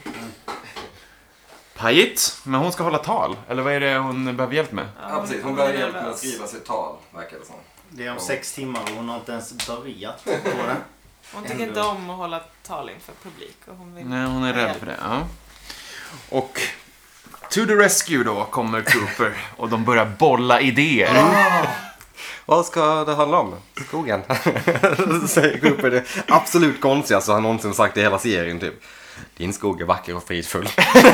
[SPEAKER 1] Pajigt, men hon ska hålla tal. Eller vad är det hon behöver hjälp med?
[SPEAKER 4] Ja, precis. Hon behöver hjälp med att skriva sitt tal, verkar det som.
[SPEAKER 3] Det är om 6 timmar och hon har inte ens börjat på det.
[SPEAKER 2] Hon tycker inte om att hålla tal inför publik. Och hon vill
[SPEAKER 1] Nej, hon är rädd för det. Ja. Och to the rescue då kommer Cooper och de börjar bolla idéer.
[SPEAKER 4] Vad ska det handla om? Skogen. Säger Cooper det absolut konstigaste han någonsin sagt i hela serien typ. Din skog är vacker och fridfull.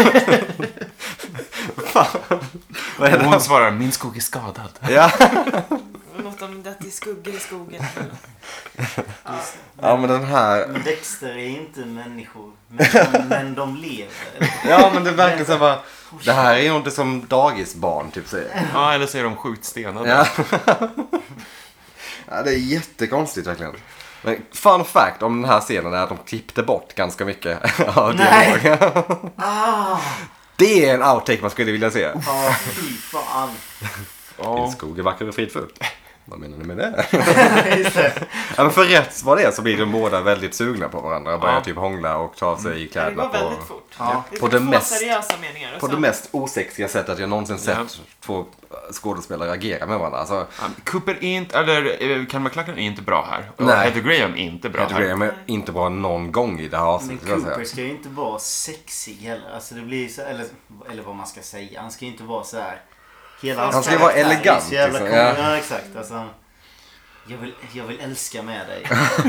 [SPEAKER 1] Och hon svarar, min skog är skadad.
[SPEAKER 4] Ja.
[SPEAKER 2] Något om det i skuggor i skogen.
[SPEAKER 4] Ja, men den här...
[SPEAKER 3] Men Dexter är inte människor. Men de lever.
[SPEAKER 4] Ja, men det verkar så bara... Det här är något som dagisbarn typ säger.
[SPEAKER 1] Ja, eller så är de sjukt stenade.
[SPEAKER 4] Ja. Ja, det är jättekonstigt verkligen. Men fun fact om den här scenen är att de klippte bort ganska mycket av dialog. Det är en outtake man skulle vilja se.
[SPEAKER 3] Ja, fy fan.
[SPEAKER 4] Din skog är vacker och fridfull. Vad menar ni med det?
[SPEAKER 3] Just det.
[SPEAKER 4] Ja, men för rätt vad det är så blir de båda väldigt sugna på varandra och börjar typ hångla och ta av sig
[SPEAKER 2] Det
[SPEAKER 4] kläderna
[SPEAKER 2] går väldigt
[SPEAKER 4] på,
[SPEAKER 2] fort.
[SPEAKER 3] Ja.
[SPEAKER 2] Det är
[SPEAKER 4] på
[SPEAKER 2] två
[SPEAKER 4] det mest-
[SPEAKER 2] seriösa meningar. Och
[SPEAKER 4] på det
[SPEAKER 2] sen-
[SPEAKER 4] mest osexiga sättet jag någonsin sett två skådespelare agera med varandra. Alltså,
[SPEAKER 1] Cooper är inte, eller Ken McLachlan är inte bra här. Och
[SPEAKER 4] Nej.
[SPEAKER 1] Heather Graham är inte bra
[SPEAKER 4] Heather
[SPEAKER 1] här.
[SPEAKER 4] Graham är inte bra någon gång i det här
[SPEAKER 3] Men
[SPEAKER 4] avsnittet. vill jag
[SPEAKER 3] Cooper
[SPEAKER 4] säga.
[SPEAKER 3] ska ju inte vara sexig heller. Alltså det blir så, eller vad man ska säga. Han ska ju inte vara så här. Hela hans
[SPEAKER 4] Han ska ju vara
[SPEAKER 3] karaktär är
[SPEAKER 4] elegant,
[SPEAKER 3] så jävla
[SPEAKER 4] liksom.
[SPEAKER 3] cool.
[SPEAKER 4] Ja.
[SPEAKER 3] Ja, exakt. Alltså, jag vill älska med dig.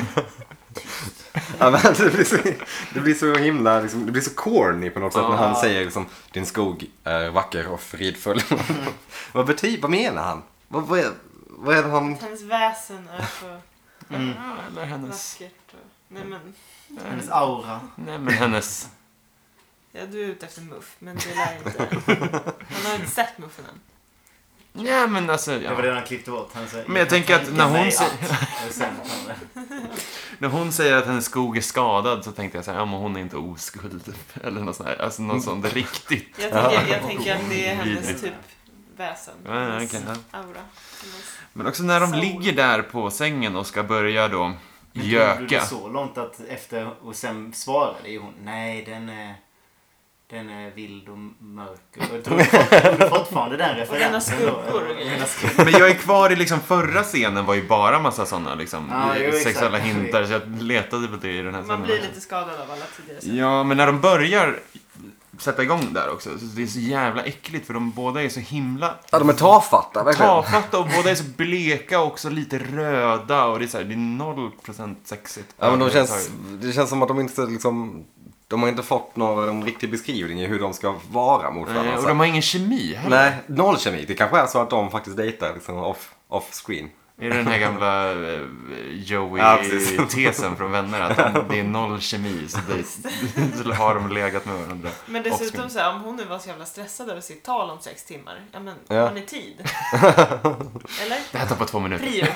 [SPEAKER 4] Ja, men det blir så himla liksom, det blir så corny på något sätt när han säger liksom, din skog är vacker och fridfull. Vad menar han? Vad är det han...
[SPEAKER 2] Hennes väsen är så
[SPEAKER 1] Ja, eller hennes...
[SPEAKER 2] vackert. Nej men,
[SPEAKER 3] Hennes aura.
[SPEAKER 1] Nej, men hennes...
[SPEAKER 2] ja, du är ute efter Muff, men det lär inte. Han har inte sett Muffen än.
[SPEAKER 1] Ja, men alltså...
[SPEAKER 3] Det var
[SPEAKER 1] Ja.
[SPEAKER 3] det han klippte bort. Han säger,
[SPEAKER 1] Men jag tänker att när hon säger...
[SPEAKER 3] Och sen kommer
[SPEAKER 1] När hon säger att hennes skog är skadad så tänkte jag så här, ja men hon är inte oskuld. Eller något sånt här, alltså något sånt riktigt.
[SPEAKER 2] Jag tänker att det är hennes
[SPEAKER 1] Vidrigt.
[SPEAKER 2] typ väsen.
[SPEAKER 1] Ja,
[SPEAKER 2] Hennes
[SPEAKER 1] okej, ja.
[SPEAKER 2] aura.
[SPEAKER 1] Men också när de
[SPEAKER 2] Soul.
[SPEAKER 1] ligger där på sängen och ska börja då
[SPEAKER 3] Men tog du
[SPEAKER 1] göka.
[SPEAKER 3] det så långt att efter och sen svarade ju hon nej den är vild och mörk. Och jag tror fortfarande den referensen.
[SPEAKER 2] skuggor.
[SPEAKER 1] Men jag är kvar i liksom förra scenen var ju bara massa sådana liksom
[SPEAKER 3] Ja, jo, exakt.
[SPEAKER 1] sexuella hintar så jag letade på det i den här
[SPEAKER 2] Man
[SPEAKER 1] scenen.
[SPEAKER 2] blir lite skadad av alla tidigare scener.
[SPEAKER 1] Ja, men när de börjar sätta igång där också. Så det är så jävla äckligt för de båda är så himla
[SPEAKER 4] Ja, de är tafatta, verkligen.
[SPEAKER 1] tafatta och båda är så bleka och också lite röda och det är så här, det är 0% sexigt.
[SPEAKER 4] Ja, men det känns som att de inte liksom... De har inte fått någon riktig beskrivning i hur de ska vara mot varandra.
[SPEAKER 1] Och de har ingen kemi heller.
[SPEAKER 4] Nej, noll kemi. Det kanske är så att de faktiskt dejtar liksom off-screen.
[SPEAKER 1] Är det den här gamla Joey-tesen från Vänner att det är noll kemi så har de legat med varandra.
[SPEAKER 2] Men dessutom så här, om hon nu var så jävla stressad över sitt tal om 6 timmar. Ja men,
[SPEAKER 4] Ja.
[SPEAKER 2] har ni tid? Eller?
[SPEAKER 1] Det här tar på 2 minuter.
[SPEAKER 2] Prio.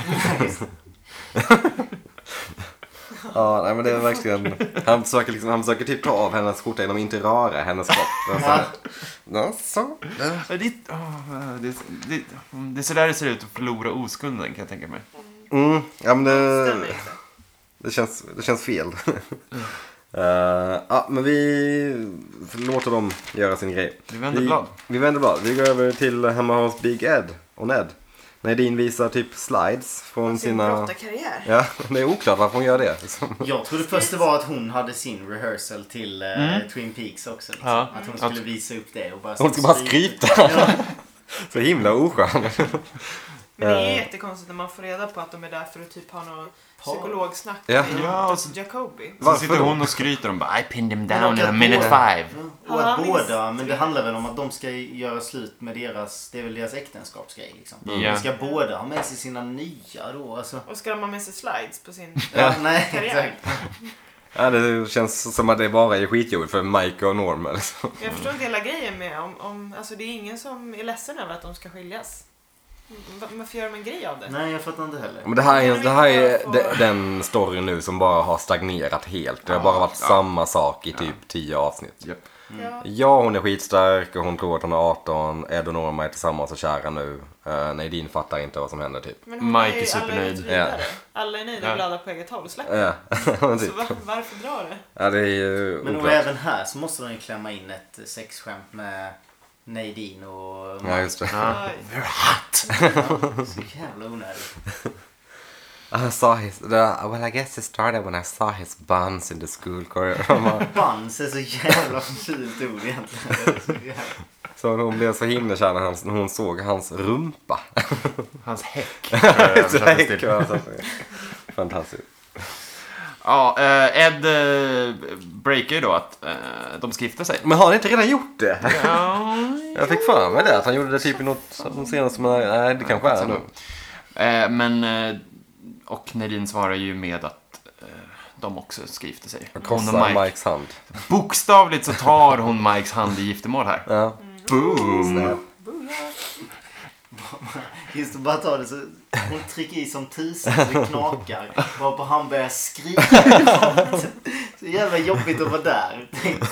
[SPEAKER 4] Ja, nej, men det är verkligen... Han försöker typ ta av hennes skjorta genom att inte röra hennes kropp. Så.
[SPEAKER 1] Det är så där det ser ut att förlora oskulden kan jag tänka mig.
[SPEAKER 4] Ja, men
[SPEAKER 2] Stämmer inte.
[SPEAKER 4] det känns fel. Ja, men vi låter dem göra sin grej.
[SPEAKER 1] Vi vänder blad.
[SPEAKER 4] Vi vänder blad. Vi går över till hemma hos Big Ed och Ned. Nadine visar typ slides från
[SPEAKER 2] Sin
[SPEAKER 4] sina...
[SPEAKER 2] brottarkarriär.
[SPEAKER 4] Ja, det är oklart varför hon gör det. Liksom.
[SPEAKER 3] Jag trodde först det var att hon hade sin rehearsal till Twin Peaks också. Liksom.
[SPEAKER 1] Ja.
[SPEAKER 3] Att hon skulle visa upp det och bara...
[SPEAKER 4] Hon ska bara skryta.
[SPEAKER 3] Ja.
[SPEAKER 4] Så himla oskön.
[SPEAKER 2] Men det är jättekonstigt när man får reda på att de är där för att typ ha något psykologsnack
[SPEAKER 4] Ja.
[SPEAKER 2] med
[SPEAKER 1] Ja, och så-
[SPEAKER 2] Jacobi.
[SPEAKER 1] Så
[SPEAKER 4] Varför
[SPEAKER 1] sitter
[SPEAKER 4] då?
[SPEAKER 1] hon och skryter och bara I pinned him
[SPEAKER 3] Men
[SPEAKER 1] down
[SPEAKER 3] de
[SPEAKER 1] in a
[SPEAKER 3] kan
[SPEAKER 1] minute
[SPEAKER 3] båda-
[SPEAKER 1] 5.
[SPEAKER 3] Och att
[SPEAKER 2] Han
[SPEAKER 3] båda, men det
[SPEAKER 2] minns-
[SPEAKER 3] handlar väl om att de ska göra slut med deras, det är väl deras äktenskapsgrej liksom.
[SPEAKER 1] Ja.
[SPEAKER 3] De ska båda ha med sig sina nya då, alltså.
[SPEAKER 2] Och ska de ha med sig slides på sin
[SPEAKER 3] Ja, nej,
[SPEAKER 2] karriär?
[SPEAKER 3] exakt.
[SPEAKER 4] Ja, det känns som att det bara är skitjobbigt för Mike och Norm. Liksom.
[SPEAKER 2] Jag förstår inte hela grejen med alltså det är ingen som är ledsen över att de ska skiljas. Varför gör de en grej av det?
[SPEAKER 3] Nej, jag fattar inte heller.
[SPEAKER 4] Men det här är den storyn nu som bara har stagnerat helt. Det har bara varit samma sak i typ 10 avsnitt.
[SPEAKER 1] Yep.
[SPEAKER 4] Ja, hon är skitstark och hon tror att hon är 18. Ed och Norma är tillsammans och kära nu. Nadine fattar inte vad som händer typ.
[SPEAKER 2] Men hon
[SPEAKER 1] Mike
[SPEAKER 2] ju
[SPEAKER 1] är supernöjd.
[SPEAKER 2] alla vidare.
[SPEAKER 4] Ja.
[SPEAKER 2] Alla är nöjda och
[SPEAKER 1] Ja.
[SPEAKER 2] glada på eget håll. Släpp
[SPEAKER 4] Ja, men
[SPEAKER 2] Så
[SPEAKER 4] typ.
[SPEAKER 2] varför dra det?
[SPEAKER 4] Ja, det är ju
[SPEAKER 3] Men och
[SPEAKER 4] oklart.
[SPEAKER 3] även här så måste de ju klämma in ett sexskämt med Nadine och
[SPEAKER 4] Ja, just det.
[SPEAKER 1] Ja.
[SPEAKER 2] Oj.
[SPEAKER 1] You're hot!
[SPEAKER 3] Så jävla onödigt.
[SPEAKER 4] I saw well, I guess it started when I saw his buns in the school corridor.
[SPEAKER 3] Buns är så jävla fult ord egentligen. Det är så jävla...
[SPEAKER 4] Så hon blev så himla kär när hon såg hans rumpa.
[SPEAKER 1] Hans häck.
[SPEAKER 4] Så fantastiskt.
[SPEAKER 1] Ja, Ed breakar ju då att de ska gifta sig.
[SPEAKER 4] Men har han inte redan gjort det?
[SPEAKER 1] Ja,
[SPEAKER 4] Jag fick för mig det, att han gjorde det typ i något de senaste, men nej, det kanske är nu.
[SPEAKER 1] men och Nadine svarar ju med att de också ska gifta sig.
[SPEAKER 4] Och
[SPEAKER 1] Hon och
[SPEAKER 4] krossar
[SPEAKER 1] Mike.
[SPEAKER 4] Mikes hand.
[SPEAKER 1] Bokstavligt så tar hon Mikes hand i giftermål här.
[SPEAKER 4] Ja.
[SPEAKER 1] Boom!
[SPEAKER 3] Just att bara ta det så hon trycker i som tusan så det knakar. Varpå han börjar skrika. Så jävla jobbigt att vara där.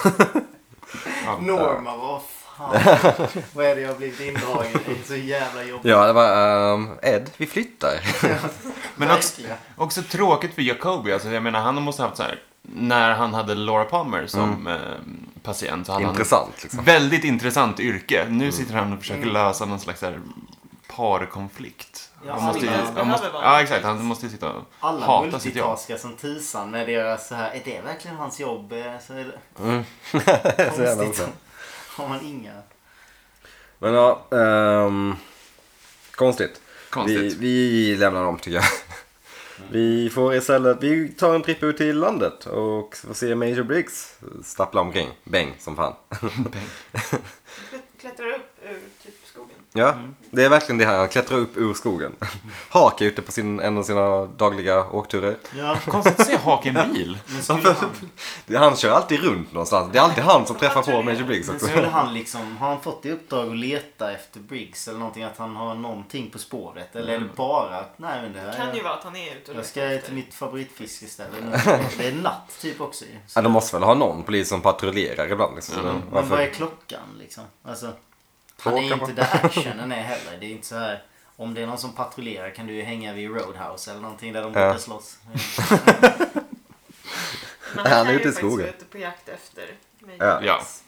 [SPEAKER 3] Norma, vad fan. Vad är det jag har blivit indragen i? Så jävla jobbigt.
[SPEAKER 4] Ja, det var Ed, vi flyttar.
[SPEAKER 1] Men också tråkigt för Jacobi. Alltså, jag menar, han måste ha haft så här. När han hade Laura Palmer som patient så hade
[SPEAKER 4] Intressant,
[SPEAKER 1] han
[SPEAKER 4] liksom.
[SPEAKER 1] väldigt intressant yrke. Nu sitter han och försöker lösa någon slags här parkonflikt.
[SPEAKER 3] Ja,
[SPEAKER 1] Han måste ju,
[SPEAKER 2] alla
[SPEAKER 1] han
[SPEAKER 2] behöver
[SPEAKER 1] måste,
[SPEAKER 2] vara
[SPEAKER 1] ja, exakt. Han måste ju sitta och
[SPEAKER 3] Alla
[SPEAKER 1] hata sitt jobb.
[SPEAKER 3] multitaskar som tusan med deras så här, är det verkligen hans jobb? Så är det
[SPEAKER 4] Så jävla
[SPEAKER 3] konstigt.
[SPEAKER 4] oklart.
[SPEAKER 3] Har man inga...
[SPEAKER 4] Men ja, konstigt.
[SPEAKER 1] Konstigt.
[SPEAKER 4] Vi lämnar dem tycker jag. Vi får istället, vi tar en tripp ut till landet och får se Major Briggs stappla omkring. Bäng som fan.
[SPEAKER 2] Klättrar upp ur typ skogen.
[SPEAKER 4] Ja, det är verkligen det här. Han klättrar upp ur skogen. Hak är ute på en av sina dagliga åkturer.
[SPEAKER 3] Ja,
[SPEAKER 1] Konstigt att se hak i en bil.
[SPEAKER 3] men skulle
[SPEAKER 4] Han kör alltid runt någonstans. Det är alltid han som träffar på Major Briggs också.
[SPEAKER 3] skulle han liksom, har han fått i uppdrag att leta efter Briggs eller någonting, att han har någonting på spåret? Eller är det bara att, nej men det här
[SPEAKER 2] Kan ju vara att han är ute och
[SPEAKER 3] jag ska
[SPEAKER 2] letar
[SPEAKER 3] till
[SPEAKER 2] efter.
[SPEAKER 3] mitt favoritfiskeställe. Det är natt typ också ju.
[SPEAKER 4] Ja, de måste väl ha någon polis som patrullerar ibland. Liksom.
[SPEAKER 1] Ja.
[SPEAKER 3] Men
[SPEAKER 4] Varför?
[SPEAKER 3] vad är klockan liksom? Alltså, han är ju inte där actionen är heller. Det är inte så här, om det är någon som patrullerar kan du ju hänga vid Roadhouse eller någonting där de
[SPEAKER 4] Ja.
[SPEAKER 3] brukar slåss.
[SPEAKER 2] Men
[SPEAKER 4] Han är
[SPEAKER 2] kan
[SPEAKER 4] ute
[SPEAKER 2] ju
[SPEAKER 4] i
[SPEAKER 2] faktiskt
[SPEAKER 4] skogen.
[SPEAKER 2] vara ute på jakt efter Major
[SPEAKER 4] Ja.
[SPEAKER 2] Briggs.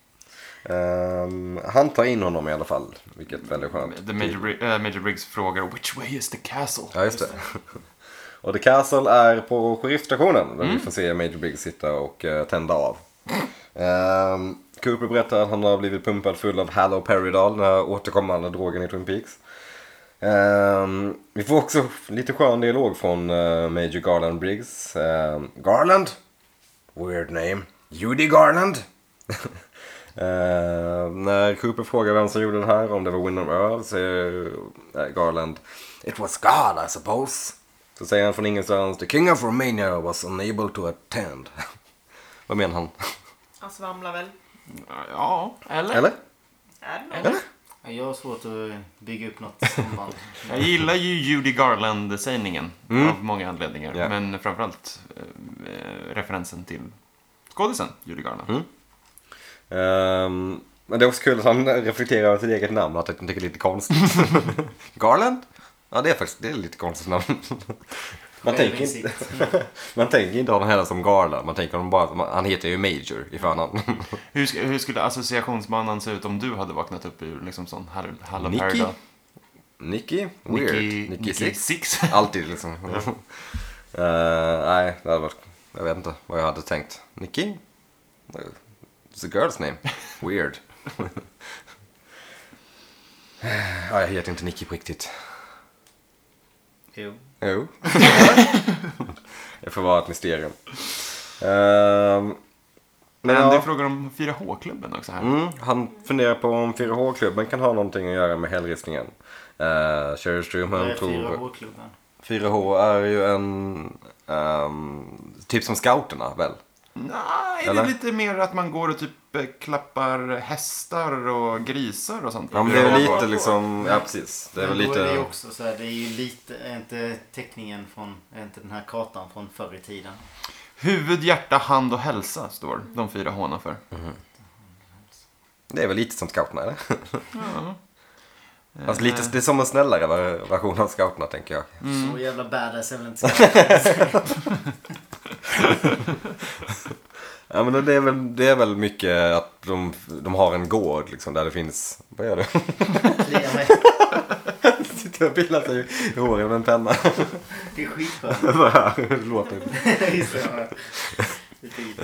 [SPEAKER 4] Han tar in honom i alla fall, vilket är väldigt skönt.
[SPEAKER 1] The Major Briggs frågar which way is the castle?
[SPEAKER 4] Ja, just det. Och The Castle är på sheriffstationen där vi får se Major Briggs sitta och tända av. Cooper berättar att han har blivit pumpad full av haloperidol, den här återkommande drogen i Twin Peaks. Vi får också lite skön dialog från Major Garland Briggs. Garland? Weird name. Judy Garland? När Cooper frågar vem som gjorde det här, om det var Windom Earl, säger Garland, It was God, I suppose. Så säger han från ingenstans, The King of Romania was unable to attend. Vad menar han?
[SPEAKER 2] Han svamlar väl.
[SPEAKER 1] Ja, eller?
[SPEAKER 4] Eller?
[SPEAKER 2] Är det
[SPEAKER 1] Eller?
[SPEAKER 2] något?
[SPEAKER 3] Jag har svårt att bygga upp något samband.
[SPEAKER 1] Jag gillar ju Judy Garland-sägningen av många anledningar.
[SPEAKER 4] Ja.
[SPEAKER 1] Men framförallt referensen till skådisen Judy Garland.
[SPEAKER 4] Men det är också kul att han reflekterar över sitt eget namn, att han tycker det är lite konstigt. Garland? Ja, det är lite konstigt namn. Man tänker inte honom heller som Garland. Man tänker honom bara, han heter ju Major i förnamn.
[SPEAKER 1] Hur skulle associationsbanan se ut om du hade vaknat upp ur liksom sån
[SPEAKER 4] Nicky? Nicky? Weird. Nicky Six? Alltid liksom. Nej, det hade varit, jag vet inte vad jag hade tänkt. Nicky? It's a girl's name. Weird. Ja, jag heter inte Nicky på riktigt.
[SPEAKER 3] Jo.
[SPEAKER 4] Det får vara ett mysterium.
[SPEAKER 1] Men
[SPEAKER 4] ja.
[SPEAKER 1] det är frågan om 4H-klubben också här.
[SPEAKER 4] Han funderar på om 4H-klubben kan ha någonting att göra med hällristningen. Sherry Strömholm tror...
[SPEAKER 3] 4H-klubben?
[SPEAKER 4] 4H är ju en... typ som scouterna, väl?
[SPEAKER 1] Nej,
[SPEAKER 4] Eller?
[SPEAKER 1] det är lite mer att man går och typ klappar hästar och grisar och sånt.
[SPEAKER 4] Ja, men det är väl lite liksom... Ja, precis. Det är väl
[SPEAKER 3] Men då är det ju
[SPEAKER 4] lite...
[SPEAKER 3] också så här, det är ju lite, är inte teckningen från, är inte den här kartan från förr i tiden.
[SPEAKER 1] Huvud, hjärta, hand och hälsa står de 4 H:na för.
[SPEAKER 4] Det är väl lite som scouterna, eller?
[SPEAKER 1] Ja.
[SPEAKER 4] Alltså lite, det är som en snällare version av scouterna, tänker jag.
[SPEAKER 3] Så jävla badass är väl inte så.
[SPEAKER 4] Ja, men det är väl mycket att de har en gård liksom, där det finns... Vad gör du?
[SPEAKER 3] Klia mig.
[SPEAKER 4] Sitter och pillar sig i håret med en penna.
[SPEAKER 3] Det är skitskönt.
[SPEAKER 4] Det låter.
[SPEAKER 3] Just det, ja. Det är fint.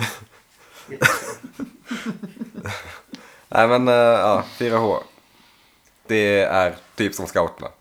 [SPEAKER 4] Nej, men ja, 4H. Det är typ som scouterna.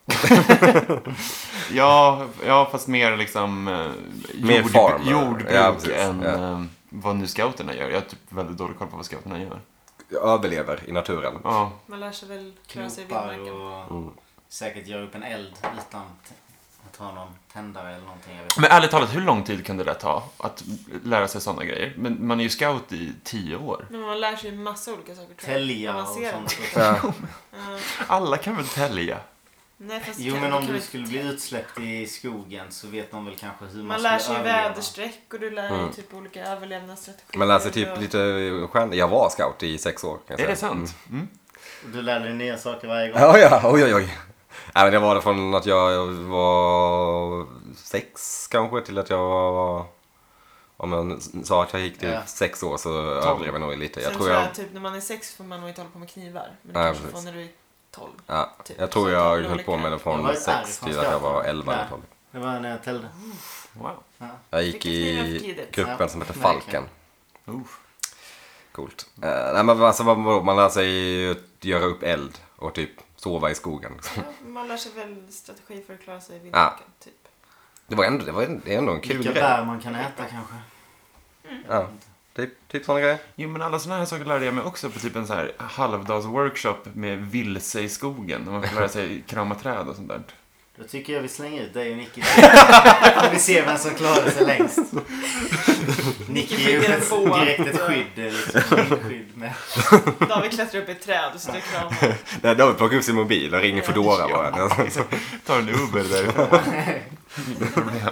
[SPEAKER 1] Ja, fast mer liksom
[SPEAKER 4] Mer farmer.
[SPEAKER 1] jordbruk
[SPEAKER 4] Ja, precis.
[SPEAKER 1] än vad nu scouterna gör. Jag har typ väldigt dålig koll på vad scouterna gör.
[SPEAKER 4] Överlever i naturen.
[SPEAKER 1] Ja.
[SPEAKER 2] Man lär sig väl klara sig i
[SPEAKER 3] Knopar
[SPEAKER 2] vildmarken.
[SPEAKER 3] och säkert göra upp en eld utan att ha någon tändare eller någonting. Jag vet
[SPEAKER 1] Men ärligt talat, hur lång tid kan det där ta att lära sig sådana grejer? Men man är ju scout i 10 år.
[SPEAKER 2] Men man lär sig ju massa olika saker. tror jag.
[SPEAKER 3] Tälja och
[SPEAKER 2] Avancerat.
[SPEAKER 3] sånt.
[SPEAKER 4] Ja.
[SPEAKER 2] Ja.
[SPEAKER 1] Alla kan väl tälja?
[SPEAKER 2] Nej, fast
[SPEAKER 3] Jo,
[SPEAKER 2] kan-
[SPEAKER 3] men
[SPEAKER 2] då
[SPEAKER 3] om
[SPEAKER 2] kan
[SPEAKER 3] du
[SPEAKER 2] vi-
[SPEAKER 3] skulle bli utsläppt i skogen så vet man väl kanske hur man
[SPEAKER 2] Man
[SPEAKER 3] skulle
[SPEAKER 2] lär sig ju
[SPEAKER 3] överleva.
[SPEAKER 2] väderstreck och du lär dig typ olika överlevnadsstrategier.
[SPEAKER 4] Man lär sig typ
[SPEAKER 2] och-
[SPEAKER 4] lite jag var scout i 6 år. Kan jag
[SPEAKER 1] Är
[SPEAKER 4] säga.
[SPEAKER 1] det sant? Mm.
[SPEAKER 3] Du lär dig nya saker varje gång.
[SPEAKER 4] Ja, oj. Nej, men det var det från att jag var 6 kanske till att jag var... Om jag sa att jag gick till 6 år så överdrev jag nog lite.
[SPEAKER 2] Sen
[SPEAKER 4] Jag tror jag...
[SPEAKER 2] typ när man är 6 får man nog inte hålla på med knivar. Men
[SPEAKER 4] Nej,
[SPEAKER 2] kanske
[SPEAKER 4] precis.
[SPEAKER 2] får när du är 12.
[SPEAKER 4] Ja,
[SPEAKER 2] Typ.
[SPEAKER 4] jag tror
[SPEAKER 2] Så
[SPEAKER 4] jag
[SPEAKER 2] att de
[SPEAKER 4] höll på med det
[SPEAKER 3] Jag
[SPEAKER 4] från
[SPEAKER 3] var
[SPEAKER 4] 6
[SPEAKER 3] därifrån
[SPEAKER 4] till att jag var
[SPEAKER 3] scouten.
[SPEAKER 4] 11 eller
[SPEAKER 3] Ja.
[SPEAKER 4] 12.
[SPEAKER 3] Det var när jag tällde.
[SPEAKER 1] Wow.
[SPEAKER 4] Jag gick
[SPEAKER 2] Fick ett kniv för
[SPEAKER 4] i
[SPEAKER 2] tidigt.
[SPEAKER 4] gruppen som heter
[SPEAKER 3] Ja,
[SPEAKER 4] Falken.
[SPEAKER 3] verkligen.
[SPEAKER 4] Coolt. Nej, men alltså, man lär sig göra upp eld och typ sova i skogen.
[SPEAKER 2] Ja, man lär sig väl strategi för att klara sig i vildmarken. Typ.
[SPEAKER 4] Det är ändå en kul
[SPEAKER 3] Vilka
[SPEAKER 4] grej.
[SPEAKER 3] bär man kan äta kanske.
[SPEAKER 4] Ja, typ sådana grejer.
[SPEAKER 1] Jo, men alla såna här saker lärde jag mig också på typ en så här halvdags-workshop med vilse i skogen. Där man får lära sig krama träd och sånt där.
[SPEAKER 3] Då tycker jag vi slänger ut dig och Nicky. Får vi se vem som klarar sig längst. Nicky är ju direkt ett skydd. Liksom, skydd med.
[SPEAKER 2] David klättrar upp i ett träd och sitter och kramar.
[SPEAKER 4] Nej, då plockar upp sin mobil och ringer Foodora bara.
[SPEAKER 1] Tar en Uber därifrån. Inga problem.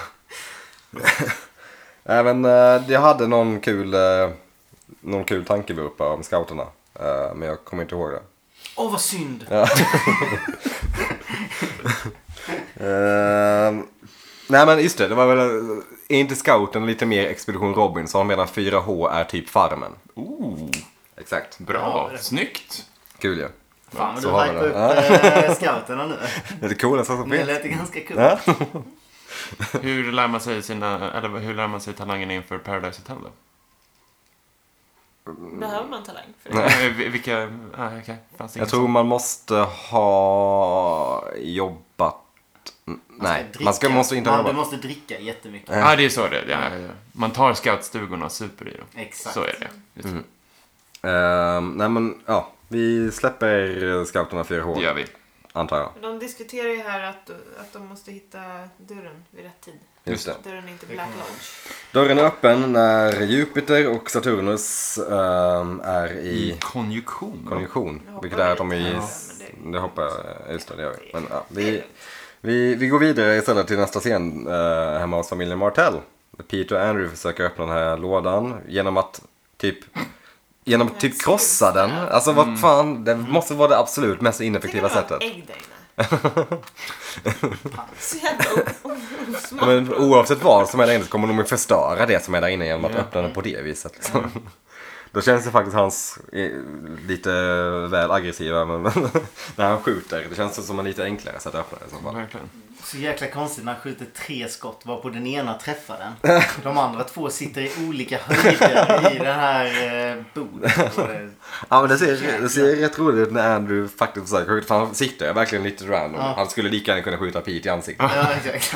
[SPEAKER 4] Nej, men jag hade någon kul tankevurpa om scouterna. Men jag kommer inte ihåg det.
[SPEAKER 3] Åh, vad synd!
[SPEAKER 4] Nej, men just det var väl, är inte scouten lite mer Expedition Robinson medan 4H är typ Farmen? Exakt.
[SPEAKER 1] Bra. Snyggt.
[SPEAKER 4] Kul ju.
[SPEAKER 3] Fan vad
[SPEAKER 4] Så
[SPEAKER 3] du
[SPEAKER 4] har vi
[SPEAKER 3] hypar
[SPEAKER 4] det.
[SPEAKER 3] upp scouterna nu.
[SPEAKER 4] Det är det coolaste som
[SPEAKER 3] Det
[SPEAKER 4] finns.
[SPEAKER 3] lät ganska kul.
[SPEAKER 4] Ja.
[SPEAKER 1] Hur lär man sig talangerna inför Paradise Hotel då?
[SPEAKER 2] Behöver man talang för det?
[SPEAKER 1] Vilka... okej. Fanns det
[SPEAKER 4] Jag
[SPEAKER 1] inget
[SPEAKER 4] tror man måste ha jobbat... Nej, man måste inte ha
[SPEAKER 3] Du
[SPEAKER 4] jobbat.
[SPEAKER 3] måste dricka jättemycket.
[SPEAKER 1] Ja, det är så det är. Ja. Man tar scoutstugorna och super i dem.
[SPEAKER 3] Exakt.
[SPEAKER 1] Så är det. Just det.
[SPEAKER 4] Nej men, ja. Vi släpper scouterna 4H,
[SPEAKER 1] Det gör vi.
[SPEAKER 4] antar jag.
[SPEAKER 2] De diskuterar ju här att de måste hitta dörren vid rätt tid.
[SPEAKER 4] Just det.
[SPEAKER 2] Dörren är inte Black Lodge.
[SPEAKER 4] Dörren är öppen när Jupiter och Saturnus är i
[SPEAKER 1] Konjunktion.
[SPEAKER 4] konjunktion.
[SPEAKER 2] Jag hoppar
[SPEAKER 4] Vilket är att de är
[SPEAKER 2] lite
[SPEAKER 4] i...
[SPEAKER 2] här, men
[SPEAKER 4] Det hoppar jag... Just det gör vi. Men, ja, vi går vidare istället till nästa scen hemma hos familjen Martell. Peter och Andrew försöker öppna den här lådan genom att typ krossa den. Alltså vad fan, det måste vara det absolut mest ineffektiva sättet.
[SPEAKER 2] Ägg där inne. Så jävla osmart.
[SPEAKER 4] Men oavsett vad som är där inne så kommer de att förstöra det som är där inne genom att öppna den på det viset. Liksom. Då känns det faktiskt hans lite väl aggressiva men när han skjuter. Det känns som en lite enklare sätt att öppna det. Som
[SPEAKER 1] Verkligen.
[SPEAKER 3] Så jäkla konstigt när han skjuter 3 skott varpå den ena träffar den. De andra 2 sitter i olika höjder i den här bordet.
[SPEAKER 4] Ja men det ser rätt roligt ut när Andrew faktiskt försöker skjuta. För han siktar verkligen lite random.
[SPEAKER 3] Ja.
[SPEAKER 4] Han skulle lika gärna kunna skjuta Pete i ansiktet.
[SPEAKER 3] Ja, exakt.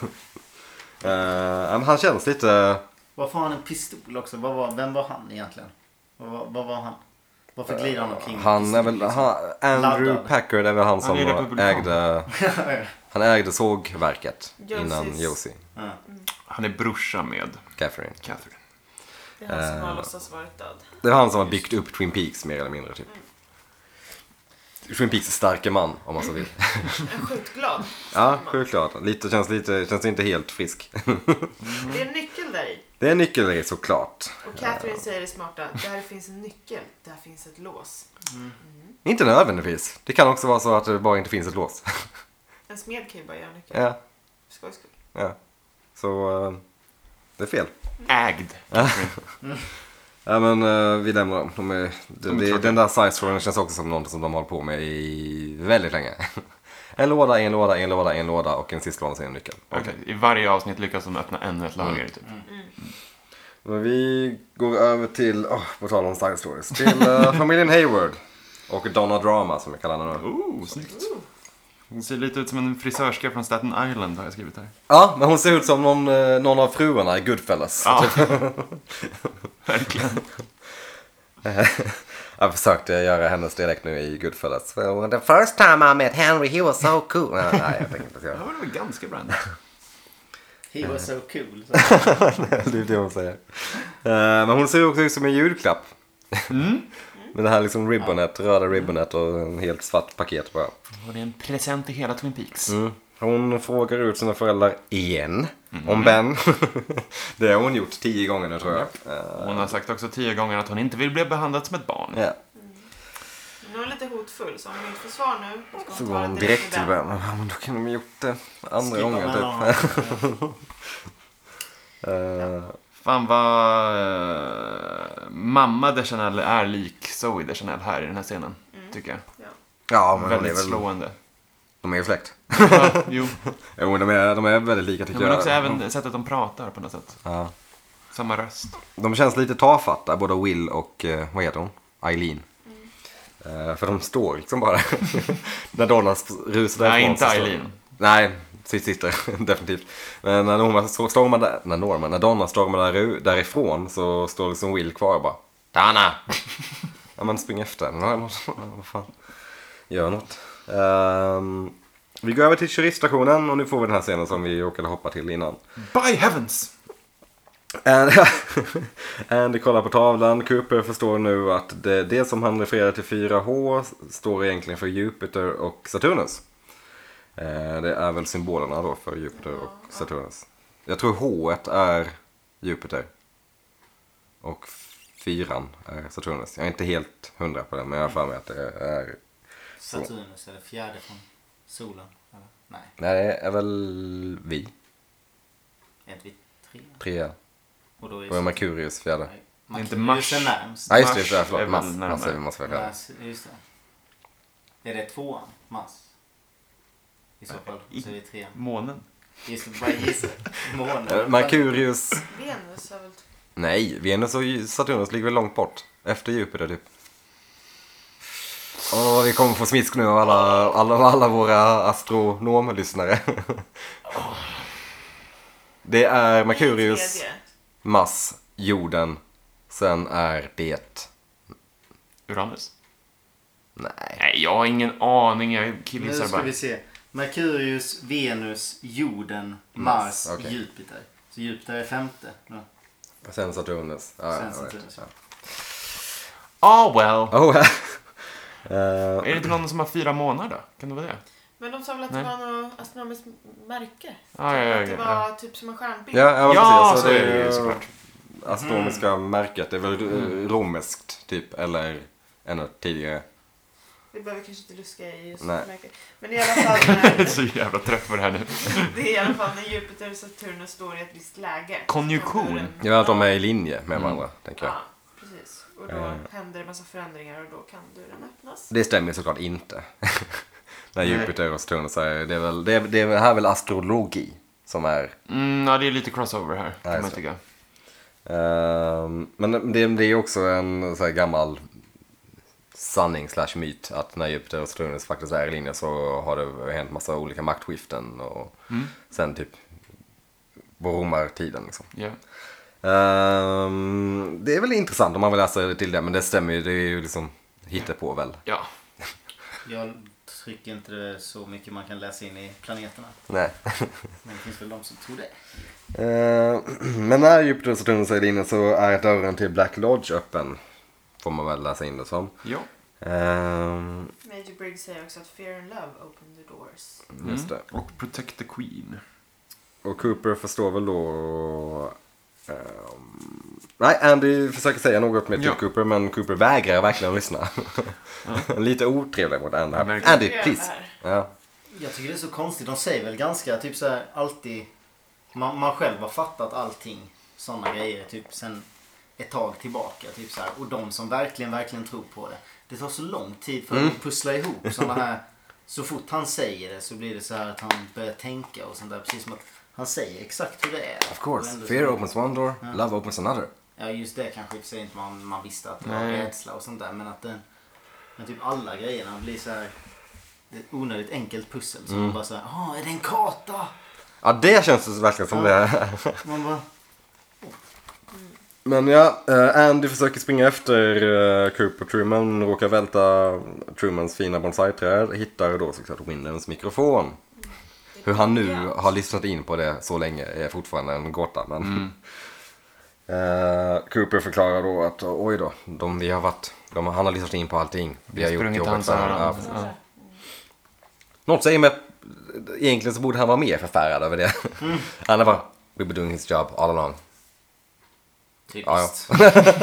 [SPEAKER 4] Men han känns lite...
[SPEAKER 3] Varför har han en pistol också? Vem var han egentligen? Vad var han? Varför glider han omkring?
[SPEAKER 4] Han är väl... Andrew
[SPEAKER 3] Laddad.
[SPEAKER 4] Packard är väl han som
[SPEAKER 1] är republikan.
[SPEAKER 4] Han ägde sågverket
[SPEAKER 2] Josies.
[SPEAKER 4] innan Josie.
[SPEAKER 3] Ja.
[SPEAKER 1] Han är brorsa med
[SPEAKER 4] Catherine.
[SPEAKER 1] Catherine.
[SPEAKER 2] Det är han som har låtsats varit död.
[SPEAKER 4] Det är han som har byggt upp Twin Peaks mer eller mindre typ. Twin Peaks är starke man om man så vill.
[SPEAKER 2] En sjukt glad.
[SPEAKER 4] Ja, självklart. Känns inte helt frisk.
[SPEAKER 2] Det är en nyckel där i.
[SPEAKER 4] Det är en nyckel i såklart.
[SPEAKER 2] Och Catherine säger det smarta. Där finns en nyckel. Där finns ett lås.
[SPEAKER 4] Inte nödvändigtvis. Det kan också vara så att det bara inte finns ett lås.
[SPEAKER 2] En smed kan ju bara göra nyckel.
[SPEAKER 4] Ja,
[SPEAKER 2] Skoj skull.
[SPEAKER 4] ja. Så det är fel.
[SPEAKER 1] Ägd.
[SPEAKER 4] Ja men vi lämnar dem. Den där size-rollen känns också som något som de har hållit på med i väldigt länge. En låda och en sista låda och en nyckel.
[SPEAKER 1] Okej. I varje avsnitt lyckas de öppna ännu ett lager. Typ.
[SPEAKER 4] Men vi går över till, på tal om side stories, till familjen Hayward. Och Donna Drama som jag kallar henne nu.
[SPEAKER 1] Snyggt. Hon ser lite ut som en frisörska från Staten Island har jag skrivit här.
[SPEAKER 4] Ja, men hon ser ut som någon av fruarna i Goodfellas.
[SPEAKER 1] Ja, verkligen.
[SPEAKER 4] Jag försökte göra hennes dialekt nu i Goodfellas. The first time I met Henry, he was so cool. Nej, jag tänker inte
[SPEAKER 1] Det
[SPEAKER 4] säga.
[SPEAKER 1] var väl ganska bra.
[SPEAKER 3] He was so cool. Så.
[SPEAKER 4] Det är det hon säger. Men hon ser också ut som en julklapp. Med det här liksom ribbonet, röda ribbonet och en helt svart paket bara.
[SPEAKER 1] Och det är en present i hela Twin Peaks.
[SPEAKER 4] Hon frågar ut sina föräldrar igen om Ben. Det har hon gjort 10 gånger nu tror jag.
[SPEAKER 1] Hon har sagt också 10 gånger att hon inte vill bli behandlad som ett barn.
[SPEAKER 4] Ja.
[SPEAKER 2] Nu är hon lite hotfull. Så om hon inte får svar nu.
[SPEAKER 4] Så går hon direkt till Ben. Ja, men då kan de ha gjort det andra gången typ.
[SPEAKER 1] Fan vad mamma Deschanel är lik Zoe Deschanel här i den här scenen. Tycker jag.
[SPEAKER 4] Ja, men
[SPEAKER 1] Väldigt
[SPEAKER 4] de är väl,
[SPEAKER 1] slående.
[SPEAKER 4] de är ju släkt.
[SPEAKER 1] Ja, jo.
[SPEAKER 4] Jo, de är väldigt lika tycker
[SPEAKER 1] Men
[SPEAKER 4] jag.
[SPEAKER 1] också även sättet de pratar på något sätt.
[SPEAKER 4] Ja.
[SPEAKER 1] Samma röst.
[SPEAKER 4] De känns lite tafatta, både Will och, vad heter hon? Eileen. För de står liksom bara. När Donna rusar därifrån.
[SPEAKER 1] Nej, inte
[SPEAKER 4] så står-
[SPEAKER 1] Eileen.
[SPEAKER 4] Nej, sitter definitivt. Men när Donna stormar därifrån så står liksom Will kvar och bara Donna! Ja, man springer efter. Vad fan. Gör något. Vi går över till turiststationen och nu får vi den här scenen som vi råkade hoppa till innan.
[SPEAKER 1] By heavens!
[SPEAKER 4] Andy kollar på tavlan. Cooper förstår nu att det som han refererar till 4H står egentligen för Jupiter och Saturnus. Det är väl symbolerna då för Jupiter och Saturnus. Jag tror H-et är Jupiter. Och 4 är Saturnus. Jag är inte helt 100 på det, men jag har för mig att det är...
[SPEAKER 3] Saturnus är det 4:e från solen? Eller? Nej,
[SPEAKER 4] Nej, det är väl vi.
[SPEAKER 3] är inte vi 3?
[SPEAKER 4] 3.
[SPEAKER 3] Och då
[SPEAKER 4] Och är Merkurius 4.
[SPEAKER 3] Nej,
[SPEAKER 1] Inte
[SPEAKER 3] Merkurius
[SPEAKER 1] Mars.
[SPEAKER 3] är närmst.
[SPEAKER 4] Ja, just det.
[SPEAKER 1] Mars är
[SPEAKER 4] Förlåt.
[SPEAKER 1] väl
[SPEAKER 4] Mars
[SPEAKER 1] närmare.
[SPEAKER 4] måste vi kalla det.
[SPEAKER 3] Mars, just det. Är det 2? Mars? I så fall så är det 3.
[SPEAKER 1] Månen.
[SPEAKER 3] Just det, bara gissa. Månen.
[SPEAKER 4] Merkurius...
[SPEAKER 2] Venus är väl...
[SPEAKER 4] Nej, Venus och Saturnus ligger väl långt bort. Efter Jupiter typ. Vi kommer få smisk nu av alla våra astronomlyssnare. Det är Merkurius,
[SPEAKER 2] Tredje.
[SPEAKER 4] Mars, jorden. Sen är det...
[SPEAKER 1] Uranus?
[SPEAKER 4] Nej.
[SPEAKER 1] Nej, jag har ingen aning. Jag
[SPEAKER 3] Nu
[SPEAKER 1] killgissar
[SPEAKER 3] ska
[SPEAKER 1] bara.
[SPEAKER 3] vi se. Merkurius, Venus, jorden, Mars,
[SPEAKER 4] okej.
[SPEAKER 3] Jupiter. Så Jupiter är 5:e. Ja.
[SPEAKER 4] Sen Saturnus. Ja,
[SPEAKER 3] Sen
[SPEAKER 4] jag vet.
[SPEAKER 3] Saturnus, ja.
[SPEAKER 1] Well.
[SPEAKER 4] Oh,
[SPEAKER 1] Är det inte någon som har 4 månader då? Kan det vara det?
[SPEAKER 2] Men de sa väl att
[SPEAKER 1] Nej.
[SPEAKER 2] det var något astronomiskt märke?
[SPEAKER 1] Ja,
[SPEAKER 2] Att det
[SPEAKER 1] ja.
[SPEAKER 2] var typ som en stjärnbild.
[SPEAKER 4] ja,
[SPEAKER 1] Ja,
[SPEAKER 4] precis.
[SPEAKER 1] så är det ju såklart.
[SPEAKER 4] Astronomiska märket. Det är väl romeskt typ. Eller ännu tidigare.
[SPEAKER 2] Vi behöver kanske inte luska i just
[SPEAKER 4] Nej.
[SPEAKER 2] märket. Men i alla fall
[SPEAKER 1] Jag är
[SPEAKER 2] när,
[SPEAKER 1] så jävla trött på det här nu.
[SPEAKER 2] det är i alla fall när Jupiter och Saturnus står i ett visst läge.
[SPEAKER 1] Konjunktion.
[SPEAKER 4] Jag vet att de är i linje med varandra, tänker jag.
[SPEAKER 2] Ja, precis. Och då händer det massa förändringar och då kan dörren öppnas.
[SPEAKER 4] Det stämmer såklart inte. När Jupiter och Saturnus är det är här väl astrologi som är.
[SPEAKER 1] Ja, det är lite crossover här, kan man
[SPEAKER 4] så.
[SPEAKER 1] tycka.
[SPEAKER 4] Men det är också en så här gammal sanning / myt att när Jupiter och Saturnus faktiskt är i linje så har det hänt massa olika maktskiften och sen typ på romartiden liksom.
[SPEAKER 1] Ja.
[SPEAKER 4] Det är väl intressant om man vill läsa det till det, men det stämmer ju, det är ju liksom hittepå väl.
[SPEAKER 1] Ja.
[SPEAKER 3] Jag trycker inte det så mycket man kan läsa in i planeterna.
[SPEAKER 4] Nej.
[SPEAKER 3] Men det finns väl de som tror det.
[SPEAKER 4] Men när Jupiter och Saturnus är i linje så är dörren till Black Lodge öppen. Får man väl läsa in det som.
[SPEAKER 1] Ja.
[SPEAKER 2] Major Briggs säger också att Fear and Love open the doors.
[SPEAKER 4] Just det.
[SPEAKER 1] Och Protect the Queen.
[SPEAKER 4] Och Cooper förstår väl då... nej, Andy försöker säga något med till
[SPEAKER 1] Ja.
[SPEAKER 4] Cooper, men Cooper vägrar verkligen lyssna. Lite otrevlig mot Andy.
[SPEAKER 1] Ja, verkligen.
[SPEAKER 4] Andy,
[SPEAKER 2] Gör det
[SPEAKER 4] please.
[SPEAKER 2] här.
[SPEAKER 4] Ja.
[SPEAKER 3] Jag tycker det är så konstigt. De säger väl ganska typ så här alltid. Man själv har fattat allting. Sådana grejer typ sen ett tag tillbaka. Typ så här. Och de som verkligen tror på det. Det tar så lång tid för att pussla ihop sådana här. Så fort han säger det så blir det så här att han börjar tänka och sånt där. Precis som att han säger exakt hur det är.
[SPEAKER 4] Of course.
[SPEAKER 3] Och ändå
[SPEAKER 4] Fear
[SPEAKER 3] så-
[SPEAKER 4] opens one door, love opens another.
[SPEAKER 3] Ja, just det kanske i och för sig inte man visste att det var
[SPEAKER 1] Nej.
[SPEAKER 3] rädsla och sånt där. Men att men typ alla grejerna blir så här. Det är ett onödigt enkelt pussel. Så man bara så här, är det en karta?
[SPEAKER 4] Ja, det känns det verkligen som det är.
[SPEAKER 3] Man bara,
[SPEAKER 4] Men ja, Andy försöker springa efter Cooper. Truman råkar välta Trumans fina bonsai-träd. Hittar då såklart Windens mikrofon. Hur han nu har lyssnat in på det så länge är fortfarande en gåta. Men Cooper förklarar då att oj då, han har lyssnat in på allting. Vi har gjort
[SPEAKER 1] sprungit
[SPEAKER 4] jobbet
[SPEAKER 1] hans
[SPEAKER 4] för
[SPEAKER 1] öron.
[SPEAKER 4] ja.
[SPEAKER 1] Ja.
[SPEAKER 4] Något säger mig, egentligen så borde han vara mer förfärad över det. Han är bara, we've been doing his job all along.
[SPEAKER 3] typiskt.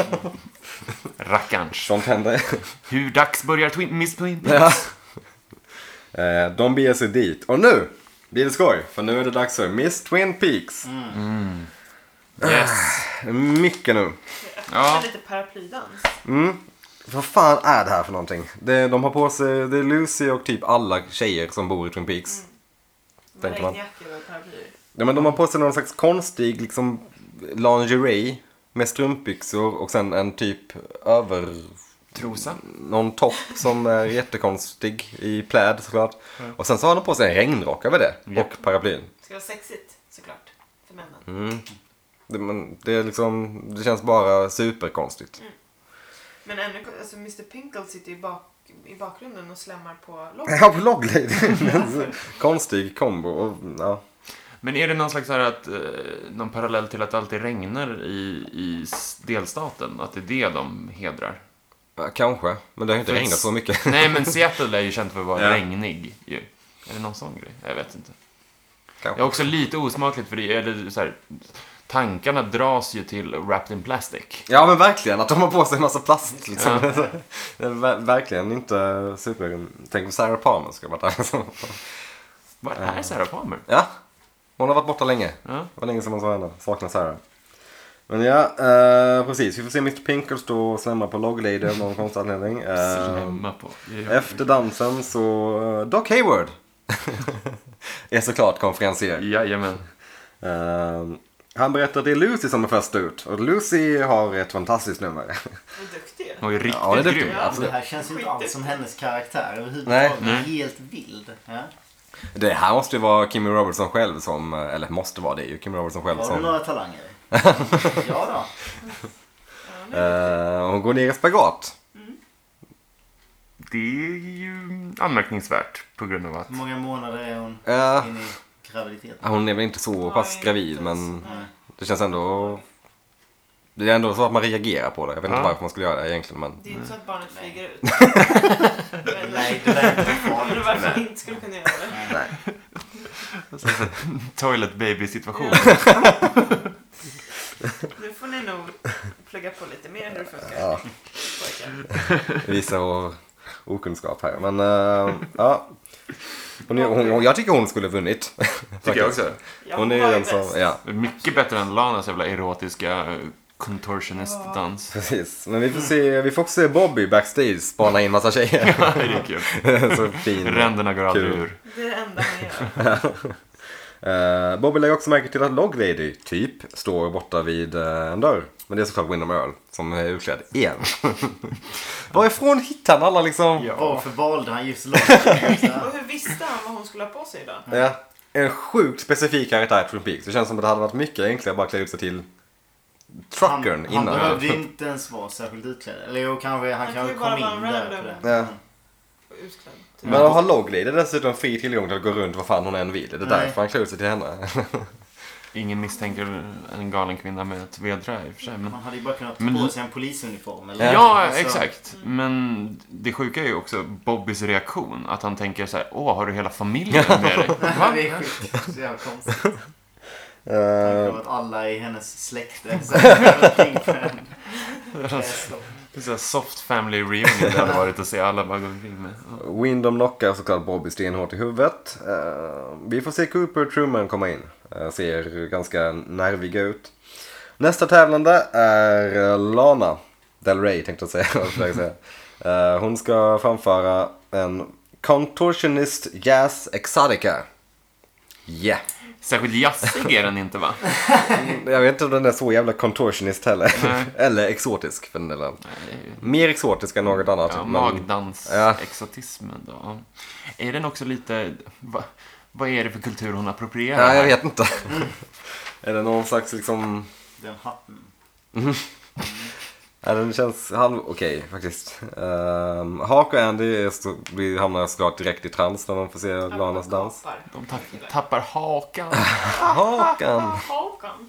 [SPEAKER 1] Rackarns.
[SPEAKER 4] Sånt händer.
[SPEAKER 1] Hur dags börjar Miss Twin Peaks?
[SPEAKER 4] Ja. De beger sig dit. Och nu blir det skoj. För nu är det dags för Miss Twin Peaks.
[SPEAKER 1] Yes.
[SPEAKER 4] Mycket nu.
[SPEAKER 1] Ja.
[SPEAKER 2] Lite paraplydans.
[SPEAKER 4] Vad fan är det här för någonting? De har på sig, det är Lucy och typ alla tjejer som bor i Twin Peaks. Tänker man.
[SPEAKER 2] Regnjackor och paraplyer.
[SPEAKER 4] Ja, men de har på sig någon slags konstig liksom lingerie med strumpbyxor och sen en typ
[SPEAKER 1] Trosa.
[SPEAKER 4] någon topp som är jättekonstig i pläd såklart. Och sen så har de på sig en regnrock över det.
[SPEAKER 1] Japp.
[SPEAKER 4] Och paraplyn.
[SPEAKER 2] Ska vara sexigt såklart. För männen.
[SPEAKER 4] Det är liksom, det känns bara superkonstigt.
[SPEAKER 2] Men ännu, alltså Mr. Pinkle sitter i bakgrunden och slämmar på Locke.
[SPEAKER 4] Ja, på Loglady. Konstig kombo. Och, ja.
[SPEAKER 1] Men är det någon slags så här att, någon parallell till att det alltid regnar i delstaten? Att det är det de hedrar?
[SPEAKER 4] Ja, kanske, men det har inte regnat så mycket.
[SPEAKER 1] Nej, men Seattle är ju känt för att vara
[SPEAKER 4] Ja.
[SPEAKER 1] regnig. Ju. Är det någon sån grej? Jag vet inte.
[SPEAKER 4] Kanske.
[SPEAKER 1] Jag är också lite osmakligt för det. Eller så här, tankarna dras ju till Wrapped in Plastic.
[SPEAKER 4] Ja, men verkligen, att de har på sig en massa plast liksom. Det är verkligen inte super. Tänk på Sarah Palmer ska vara där liksom.
[SPEAKER 1] Vad är Sarah Palmer?
[SPEAKER 4] Ja, hon har varit borta länge.
[SPEAKER 1] Ja.
[SPEAKER 4] Det var länge som man sa henne. Saknar Sarah. Men ja, precis. Vi får se Mr. Pinkle stå och slämma på Loglady av någon konstig anledning.
[SPEAKER 1] Slämma på.
[SPEAKER 4] Efter dansen så Doc Hayward är såklart konferencier.
[SPEAKER 1] Jajamän.
[SPEAKER 4] Han berättar att det är Lucy som är först ut. Och Lucy har ett fantastiskt nummer.
[SPEAKER 2] Vad duktig.
[SPEAKER 1] Hon är riktigt
[SPEAKER 4] Ja, det är
[SPEAKER 1] grym.
[SPEAKER 4] duktig.
[SPEAKER 3] Det här känns ju inte alls som hennes karaktär överhuvudtaget.
[SPEAKER 4] Nej.
[SPEAKER 3] Den är helt vild. Ja.
[SPEAKER 4] Det här måste ju vara Kimmy Robertson själv som, eller måste vara det är ju Kimmy Robertson själv
[SPEAKER 3] Har du
[SPEAKER 4] som...
[SPEAKER 3] några talanger? Ja då.
[SPEAKER 4] Hon går ner i spagat.
[SPEAKER 1] Det är ju anmärkningsvärt på grund av att...
[SPEAKER 3] Hur många månader är hon
[SPEAKER 4] Ja.
[SPEAKER 3] inne i graviditeten?
[SPEAKER 4] Hon är väl inte så pass
[SPEAKER 2] Ja,
[SPEAKER 4] gravid
[SPEAKER 2] inte
[SPEAKER 4] men
[SPEAKER 2] ens.
[SPEAKER 3] Nej.
[SPEAKER 4] det känns ändå... Det är ändå så att man reagerar på det. Jag vet inte
[SPEAKER 1] Ja.
[SPEAKER 4] varför man skulle göra det egentligen men...
[SPEAKER 2] Det är inte så att barnet flyger ut.
[SPEAKER 3] Nej, det där är inte
[SPEAKER 2] Men
[SPEAKER 3] farligt.
[SPEAKER 2] varför inte skulle kunna göra det?
[SPEAKER 3] Nej.
[SPEAKER 1] Toilet baby-situation.
[SPEAKER 2] Nu får ni nog plugga på lite mer hur det funkar.
[SPEAKER 4] Ja,
[SPEAKER 2] Pojkar.
[SPEAKER 4] visa vår okunskap här. Men ja. Jag tycker hon skulle vunnit.
[SPEAKER 1] Tycker jag också.
[SPEAKER 2] Ja,
[SPEAKER 4] Hon är
[SPEAKER 2] var ju
[SPEAKER 4] den som...
[SPEAKER 2] bäst.
[SPEAKER 4] Ja,
[SPEAKER 1] Mycket bättre än Lanas jävla erotiska contortionist-dans.
[SPEAKER 4] precis. Men vi får också se Bobby backstage spana in massa tjejer.
[SPEAKER 1] Ja, det är kul.
[SPEAKER 4] Så fin.
[SPEAKER 1] Ränderna går aldrig
[SPEAKER 4] Kul.
[SPEAKER 1] ur.
[SPEAKER 2] Det är det enda man gör.
[SPEAKER 4] Bobby lägger också märke till att Log Lady typ står borta vid en dörr. Men det är såklart Windham Earl som är utklädd igen. Varifrån hittar han alla liksom?
[SPEAKER 1] Ja.
[SPEAKER 3] Varför valde han just Locke?
[SPEAKER 2] Och hur visste han vad hon skulle ha på sig då?
[SPEAKER 4] Ja, en sjukt specifik karaktär i Twin Peaks. Det känns som att det hade varit mycket enklare att bara klä ut sig till truckern
[SPEAKER 3] Han
[SPEAKER 4] innan.
[SPEAKER 3] behövde ju inte ens vara särskilt utklädd. Eller jo, kanske, han
[SPEAKER 2] kan
[SPEAKER 3] kanske
[SPEAKER 2] ju bara
[SPEAKER 3] kom
[SPEAKER 2] vara
[SPEAKER 3] in
[SPEAKER 2] en
[SPEAKER 3] där på
[SPEAKER 2] random.
[SPEAKER 3] det.
[SPEAKER 4] Ja.
[SPEAKER 2] Utklädd. Typ.
[SPEAKER 4] Men har Log Lady dessutom fri tillgång till att gå runt vad fan hon än vill? Det är
[SPEAKER 3] Nej.
[SPEAKER 4] därför han klär ut sig till henne.
[SPEAKER 1] Ingen misstänker en galen kvinna med ett vedträ i och för sig. Men...
[SPEAKER 3] Man hade ju bara kunnat ta
[SPEAKER 1] Men-
[SPEAKER 3] på sig en polisuniform. Eller
[SPEAKER 1] Ja,
[SPEAKER 3] alltså,
[SPEAKER 1] exakt. Men det sjuka är ju också Bobbys reaktion. Att han tänker så här: åh, har du hela familjen med dig? Va?
[SPEAKER 3] Det är sjukt. Så jävla konstigt.
[SPEAKER 4] Uh,
[SPEAKER 3] Det var att alla i hennes släkte så här, omkring på en gräslopp.
[SPEAKER 1] Det är så här soft family reunion det hade varit att se alla bara gå omkring med. Ja.
[SPEAKER 4] Windham knockar såklart Bobby stenhårt i huvudet. Vi får se Cooper och Truman komma in. Ser ganska nerviga ut. Nästa tävlande är Lana Del Rey tänkte jag säga. Hon ska framföra en Contortionist Jazz Exotica. Yeah.
[SPEAKER 1] Särskilt jazzig är den inte, va?
[SPEAKER 4] Jag vet inte om den är så jävla contortionist heller.
[SPEAKER 1] Nej.
[SPEAKER 4] Eller exotisk för den delen.
[SPEAKER 1] Nej.
[SPEAKER 4] Mer exotisk än något annat.
[SPEAKER 1] Ja,
[SPEAKER 4] men-
[SPEAKER 1] magdans-exotismen då. Är den också lite... Vad är det för kultur hon approprierar?
[SPEAKER 4] Ja, jag
[SPEAKER 1] här?
[SPEAKER 4] vet inte. Är det någon slags liksom...
[SPEAKER 3] Den hatten.
[SPEAKER 4] Ja, den känns okej faktiskt. Hawk och Andy hamnar såklart direkt i trans när de får se Lanas dans.
[SPEAKER 1] De tappar hakan.
[SPEAKER 4] Hakan!
[SPEAKER 2] Hakan.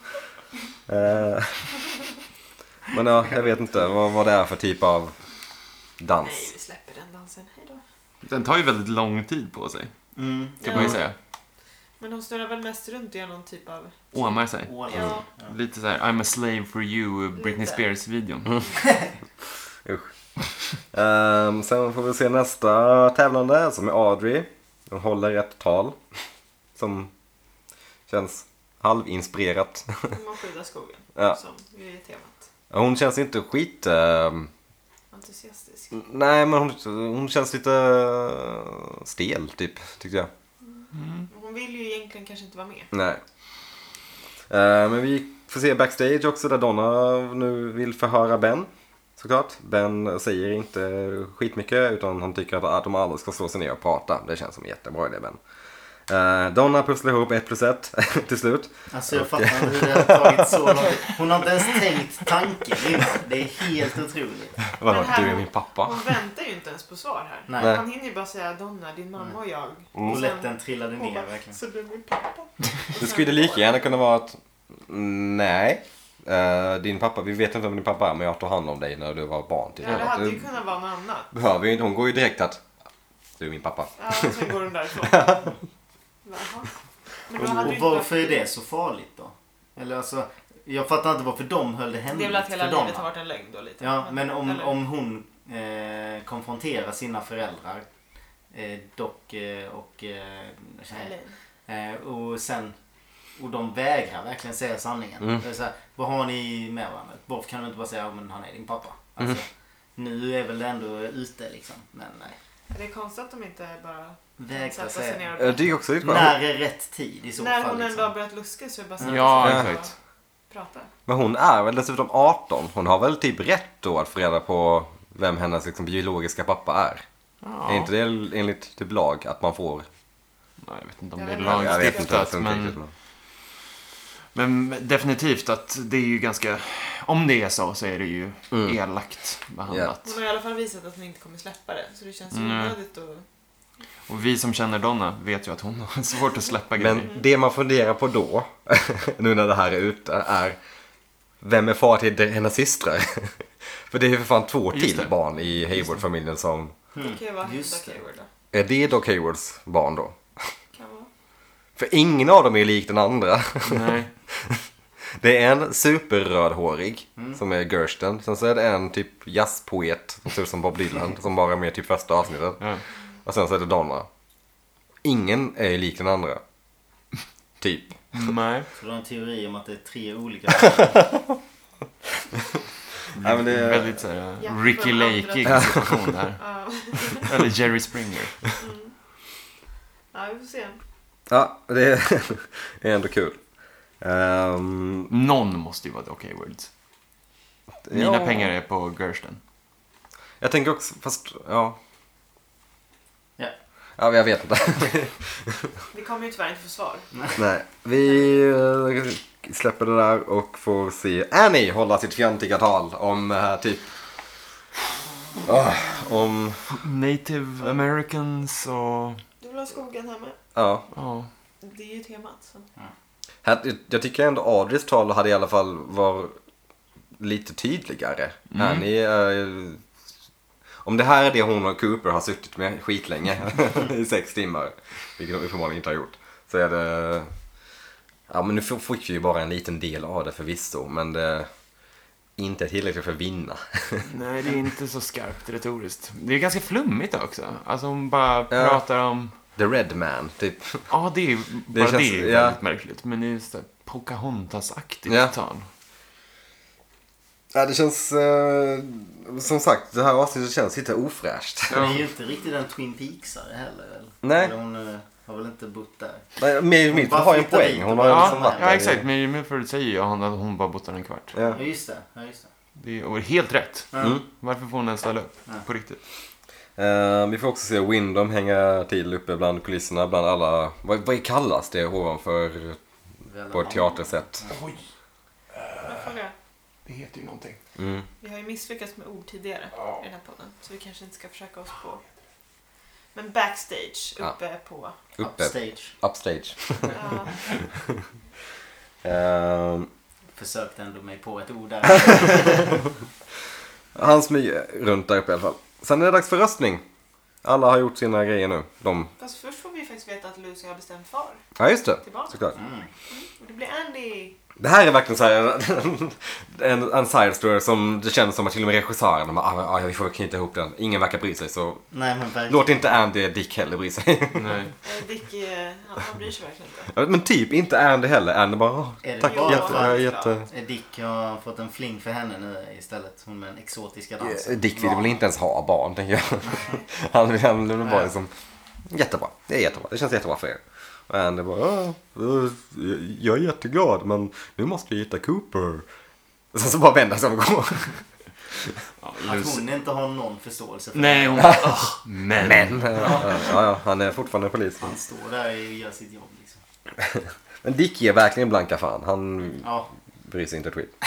[SPEAKER 4] Men ja, jag vet inte vad det är för typ av
[SPEAKER 2] Nej,
[SPEAKER 4] dans.
[SPEAKER 2] vi släpper den dansen. Hej då.
[SPEAKER 1] Den tar ju väldigt lång tid på sig, kan man ju säga.
[SPEAKER 2] Men hon snurrar väl mest runt och gör någon typ av...
[SPEAKER 1] Åmar sig.
[SPEAKER 2] Ja.
[SPEAKER 1] Lite så här, I'm a slave for you, Britney
[SPEAKER 2] Lite.
[SPEAKER 1] Spears-videon.
[SPEAKER 4] Sen får vi se nästa tävlande som är Audrey. Hon håller ett tal som känns halvinspirerat.
[SPEAKER 2] Man skyddar skogen.
[SPEAKER 4] Ja.
[SPEAKER 2] Som är temat.
[SPEAKER 4] Hon känns inte skit...
[SPEAKER 2] Entusiastisk.
[SPEAKER 4] nej, men hon känns lite stel typ, tyckte jag.
[SPEAKER 2] Hon vill ju egentligen kanske inte vara med.
[SPEAKER 4] Nej. Men vi får se backstage också där Donna nu vill förhöra Ben. Såklart. Ben säger inte skitmycket utan han tycker att de aldrig ska slå sig ner och prata. Det känns som en jättebra idé, Ben. Donna pusslar ihop 1 + 1 till slut.
[SPEAKER 3] Alltså jag fattar inte hur det har tagit så långt. Hon har inte ens tänkt tanken innan. Det är helt otroligt.
[SPEAKER 4] Vadå,
[SPEAKER 2] här-
[SPEAKER 4] du är min pappa?
[SPEAKER 2] Hon väntar ju inte ens på svar här.
[SPEAKER 3] Nej.
[SPEAKER 2] Han hinner ju bara säga Donna, din mamma och jag.
[SPEAKER 3] Och
[SPEAKER 2] sen-
[SPEAKER 3] lätten trillade
[SPEAKER 2] hon
[SPEAKER 3] ner
[SPEAKER 2] bara,
[SPEAKER 3] verkligen.
[SPEAKER 2] så du är min pappa.
[SPEAKER 4] Det skulle lika gärna kunna vara att nej. Din pappa, vi vet inte om din pappa är men jag tog hand om dig när du var barn. Typ.
[SPEAKER 2] Ja, det hade ju kunnat vara något annat.
[SPEAKER 4] Behöver ju inte, hon går ju direkt att du är min pappa.
[SPEAKER 2] Ja, och sen går hon därifrån. Jaha. Men då hade
[SPEAKER 3] Och
[SPEAKER 2] ju
[SPEAKER 3] varför är
[SPEAKER 2] inte
[SPEAKER 3] det så farligt då? Eller alltså, jag fattar inte varför de höll det
[SPEAKER 2] varit...
[SPEAKER 3] hemligt
[SPEAKER 2] Det är väl att hela
[SPEAKER 3] för dem.
[SPEAKER 2] livet har varit en lögn då lite.
[SPEAKER 3] Ja, men
[SPEAKER 2] Eller-
[SPEAKER 3] om hon konfronterar sina föräldrar, Doc och
[SPEAKER 2] Elaine.
[SPEAKER 3] och de vägrar verkligen säga sanningen.
[SPEAKER 4] Mm.
[SPEAKER 3] Det är så här, vad har ni med varandra? Varför kan du inte bara säga att han är din pappa? Alltså, nu är väl det ändå ute liksom. Men nej.
[SPEAKER 2] Det är konstigt att de inte bara
[SPEAKER 3] Vägra
[SPEAKER 2] sätta sig
[SPEAKER 3] säga.
[SPEAKER 2] ner och
[SPEAKER 4] Det är också lite
[SPEAKER 3] När är rätt tid i så
[SPEAKER 2] När
[SPEAKER 3] fall?
[SPEAKER 2] hon ändå
[SPEAKER 3] Liksom.
[SPEAKER 2] har börjat luska så är det bara så
[SPEAKER 1] Ja,
[SPEAKER 2] här,
[SPEAKER 1] exakt.
[SPEAKER 2] prata.
[SPEAKER 4] Men hon är väl dessutom 18. Hon har väl typ rätt då att få reda på vem hennes liksom biologiska pappa är.
[SPEAKER 1] Ja.
[SPEAKER 4] Är inte det enligt typ lag att man får?
[SPEAKER 1] Nej, jag vet inte om
[SPEAKER 2] Jag
[SPEAKER 1] det är
[SPEAKER 2] vet inte.
[SPEAKER 4] Jag vet inte.
[SPEAKER 1] lagstiftat, men definitivt att det är ju ganska... Om det är så är det ju elakt behandlat.
[SPEAKER 2] Hon har i alla fall visat att hon inte kommer släppa det. Så det känns ju onödigt att...
[SPEAKER 1] Och vi som känner Donna vet ju att hon har svårt att släppa grejer.
[SPEAKER 4] Men det man funderar på då, nu när det här är ute, är vem är far till hennes systrar? För det är ju för fan 2
[SPEAKER 1] Just
[SPEAKER 4] till
[SPEAKER 1] det.
[SPEAKER 4] barn i Hayward-familjen som...
[SPEAKER 2] Det kan ju vara
[SPEAKER 3] Just
[SPEAKER 2] Doc
[SPEAKER 3] det.
[SPEAKER 2] Hayward då.
[SPEAKER 4] Är det Doc Haywards barn då?
[SPEAKER 2] Kan vara.
[SPEAKER 4] För ingen av dem är lik den andra.
[SPEAKER 1] Nej.
[SPEAKER 4] Det är en superrödhårig som är Gersten. Sen så är det en typ jazzpoet som ser ut som Bob Dylan som bara är med typ första avsnittet.
[SPEAKER 1] Ja.
[SPEAKER 4] Och sen så är det Donna. Ingen är lik den andra. Typ.
[SPEAKER 1] Nej.
[SPEAKER 3] Så du har en teori om att det är 3 olika.
[SPEAKER 4] Nej, men det är...
[SPEAKER 1] Väldigt så här,
[SPEAKER 2] Ja,
[SPEAKER 1] Ricky
[SPEAKER 2] från
[SPEAKER 1] Lake-ig
[SPEAKER 2] andra-
[SPEAKER 1] situation där.
[SPEAKER 2] Ja.
[SPEAKER 1] Eller Jerry Springer.
[SPEAKER 2] Ja, vi får se.
[SPEAKER 4] Ja, det är ändå kul.
[SPEAKER 1] Någon måste ju vara Doc Haywards. Mina
[SPEAKER 4] ja.
[SPEAKER 1] pengar är på Gersten.
[SPEAKER 4] Jag tänker också, fast ja.
[SPEAKER 3] Ja.
[SPEAKER 4] Ja, jag vet inte.
[SPEAKER 2] Vi kommer ju tyvärr inte få svar.
[SPEAKER 4] Nej, vi släpper det där och får se Annie hålla sitt fjantiga tal om typ... om...
[SPEAKER 1] Native Americans och...
[SPEAKER 2] Du vill ha skogen här med?
[SPEAKER 4] Ja.
[SPEAKER 1] Ja.
[SPEAKER 2] Det är ju temat. Så.
[SPEAKER 4] Jag tycker ändå Audreys tal hade i alla fall var lite tydligare. Annie är... Om det här är det hon och Cooper har suttit med skitlänge i 6 timmar, vilket de uppenbarligen inte har gjort, så är det... Ja, men nu fick vi ju bara en liten del av det förvisso, men det är inte tillräckligt för att vinna.
[SPEAKER 1] Nej, det är inte så skarpt retoriskt. Det är ganska flummigt också. Alltså hon bara
[SPEAKER 4] Ja.
[SPEAKER 1] pratar om...
[SPEAKER 4] The Red Man, typ.
[SPEAKER 1] Ja, det är bara
[SPEAKER 4] känns-
[SPEAKER 1] det är
[SPEAKER 4] ja.
[SPEAKER 1] väldigt märkligt. Men det är just det Pocahontas-aktigt
[SPEAKER 4] Ja.
[SPEAKER 1] tal.
[SPEAKER 4] Ja, det känns... som sagt, det här avsnittet känns lite ofräscht.
[SPEAKER 3] Hon är ju inte riktigt en Twin Peaksare heller. Eller?
[SPEAKER 4] Nej.
[SPEAKER 3] Eller hon har väl inte bott där.
[SPEAKER 4] Nej, Milford
[SPEAKER 3] bara
[SPEAKER 4] har ju en
[SPEAKER 3] flyttar
[SPEAKER 4] poäng.
[SPEAKER 3] dit
[SPEAKER 4] Hon
[SPEAKER 3] och
[SPEAKER 4] har ju
[SPEAKER 3] bara-
[SPEAKER 4] liksom varit
[SPEAKER 1] Ja,
[SPEAKER 4] där i-
[SPEAKER 1] exakt. Men Milford säger ju att hon bara bott där en kvart.
[SPEAKER 4] Ja.
[SPEAKER 3] Ja, just det. Ja, just det.
[SPEAKER 1] Det är helt rätt.
[SPEAKER 3] Ja.
[SPEAKER 1] Varför får hon ens ställa upp?
[SPEAKER 3] Ja.
[SPEAKER 1] På riktigt.
[SPEAKER 4] Vi får också se Windom hänga till uppe bland kulisserna, bland alla... Vad kallas det ovanför på ett teatersätt?
[SPEAKER 1] Oj,
[SPEAKER 2] Jag frågar.
[SPEAKER 1] det heter ju någonting.
[SPEAKER 4] Mm.
[SPEAKER 2] Vi har ju misslyckats med ord tidigare i den här podden. Så vi kanske inte ska försöka oss på... Men backstage
[SPEAKER 4] Ja.
[SPEAKER 2] uppe på...
[SPEAKER 4] Uppe.
[SPEAKER 3] Upstage.
[SPEAKER 4] Upstage.
[SPEAKER 2] Ja,
[SPEAKER 3] Försökte ändå mig på ett ord där.
[SPEAKER 4] Han smyger runt där uppe i alla fall. Sen är det dags för röstning. Alla har gjort sina grejer nu.
[SPEAKER 2] fast först får vi faktiskt veta att Lucy har bestämt far
[SPEAKER 4] Ja, just det.
[SPEAKER 2] till barnen.
[SPEAKER 4] Såklart.
[SPEAKER 2] Och det blir Andy.
[SPEAKER 4] Det här är verkligen så här en side story som det känns som att till och med regissören bara, vi får knyta ihop den. Ingen verkar bry sig, så
[SPEAKER 3] Nej, men verkligen.
[SPEAKER 4] låt inte Andy Dick heller bry sig.
[SPEAKER 1] Nej.
[SPEAKER 2] Dick, han bryr sig verkligen inte.
[SPEAKER 4] Ja, men typ inte Andy heller. Andy bara,
[SPEAKER 3] Är det
[SPEAKER 4] tack,
[SPEAKER 3] bara
[SPEAKER 2] jätte-
[SPEAKER 3] för att
[SPEAKER 4] jätte...
[SPEAKER 3] Dick har fått en fling för henne nu istället? Hon med den exotiska dansen.
[SPEAKER 4] Dick vill väl inte ens ha barn, tänker jag. Han vill bara liksom, jättebra. Det är jättebra. Det känns jättebra för er. Och Andy bara, jag är jätteglad, men nu måste jag hitta Cooper. Och sen så bara vänder sig om och går.
[SPEAKER 1] Ja,
[SPEAKER 3] Att
[SPEAKER 1] Lucy.
[SPEAKER 3] hon inte har någon förståelse för
[SPEAKER 1] Nej,
[SPEAKER 3] det.
[SPEAKER 1] hon... Men.
[SPEAKER 4] Ja, han är fortfarande polis.
[SPEAKER 3] Han står där och gör sitt jobb liksom.
[SPEAKER 4] Men Dick är verkligen blanka fan. Han
[SPEAKER 3] Ja.
[SPEAKER 4] bryr sig inte ett skit.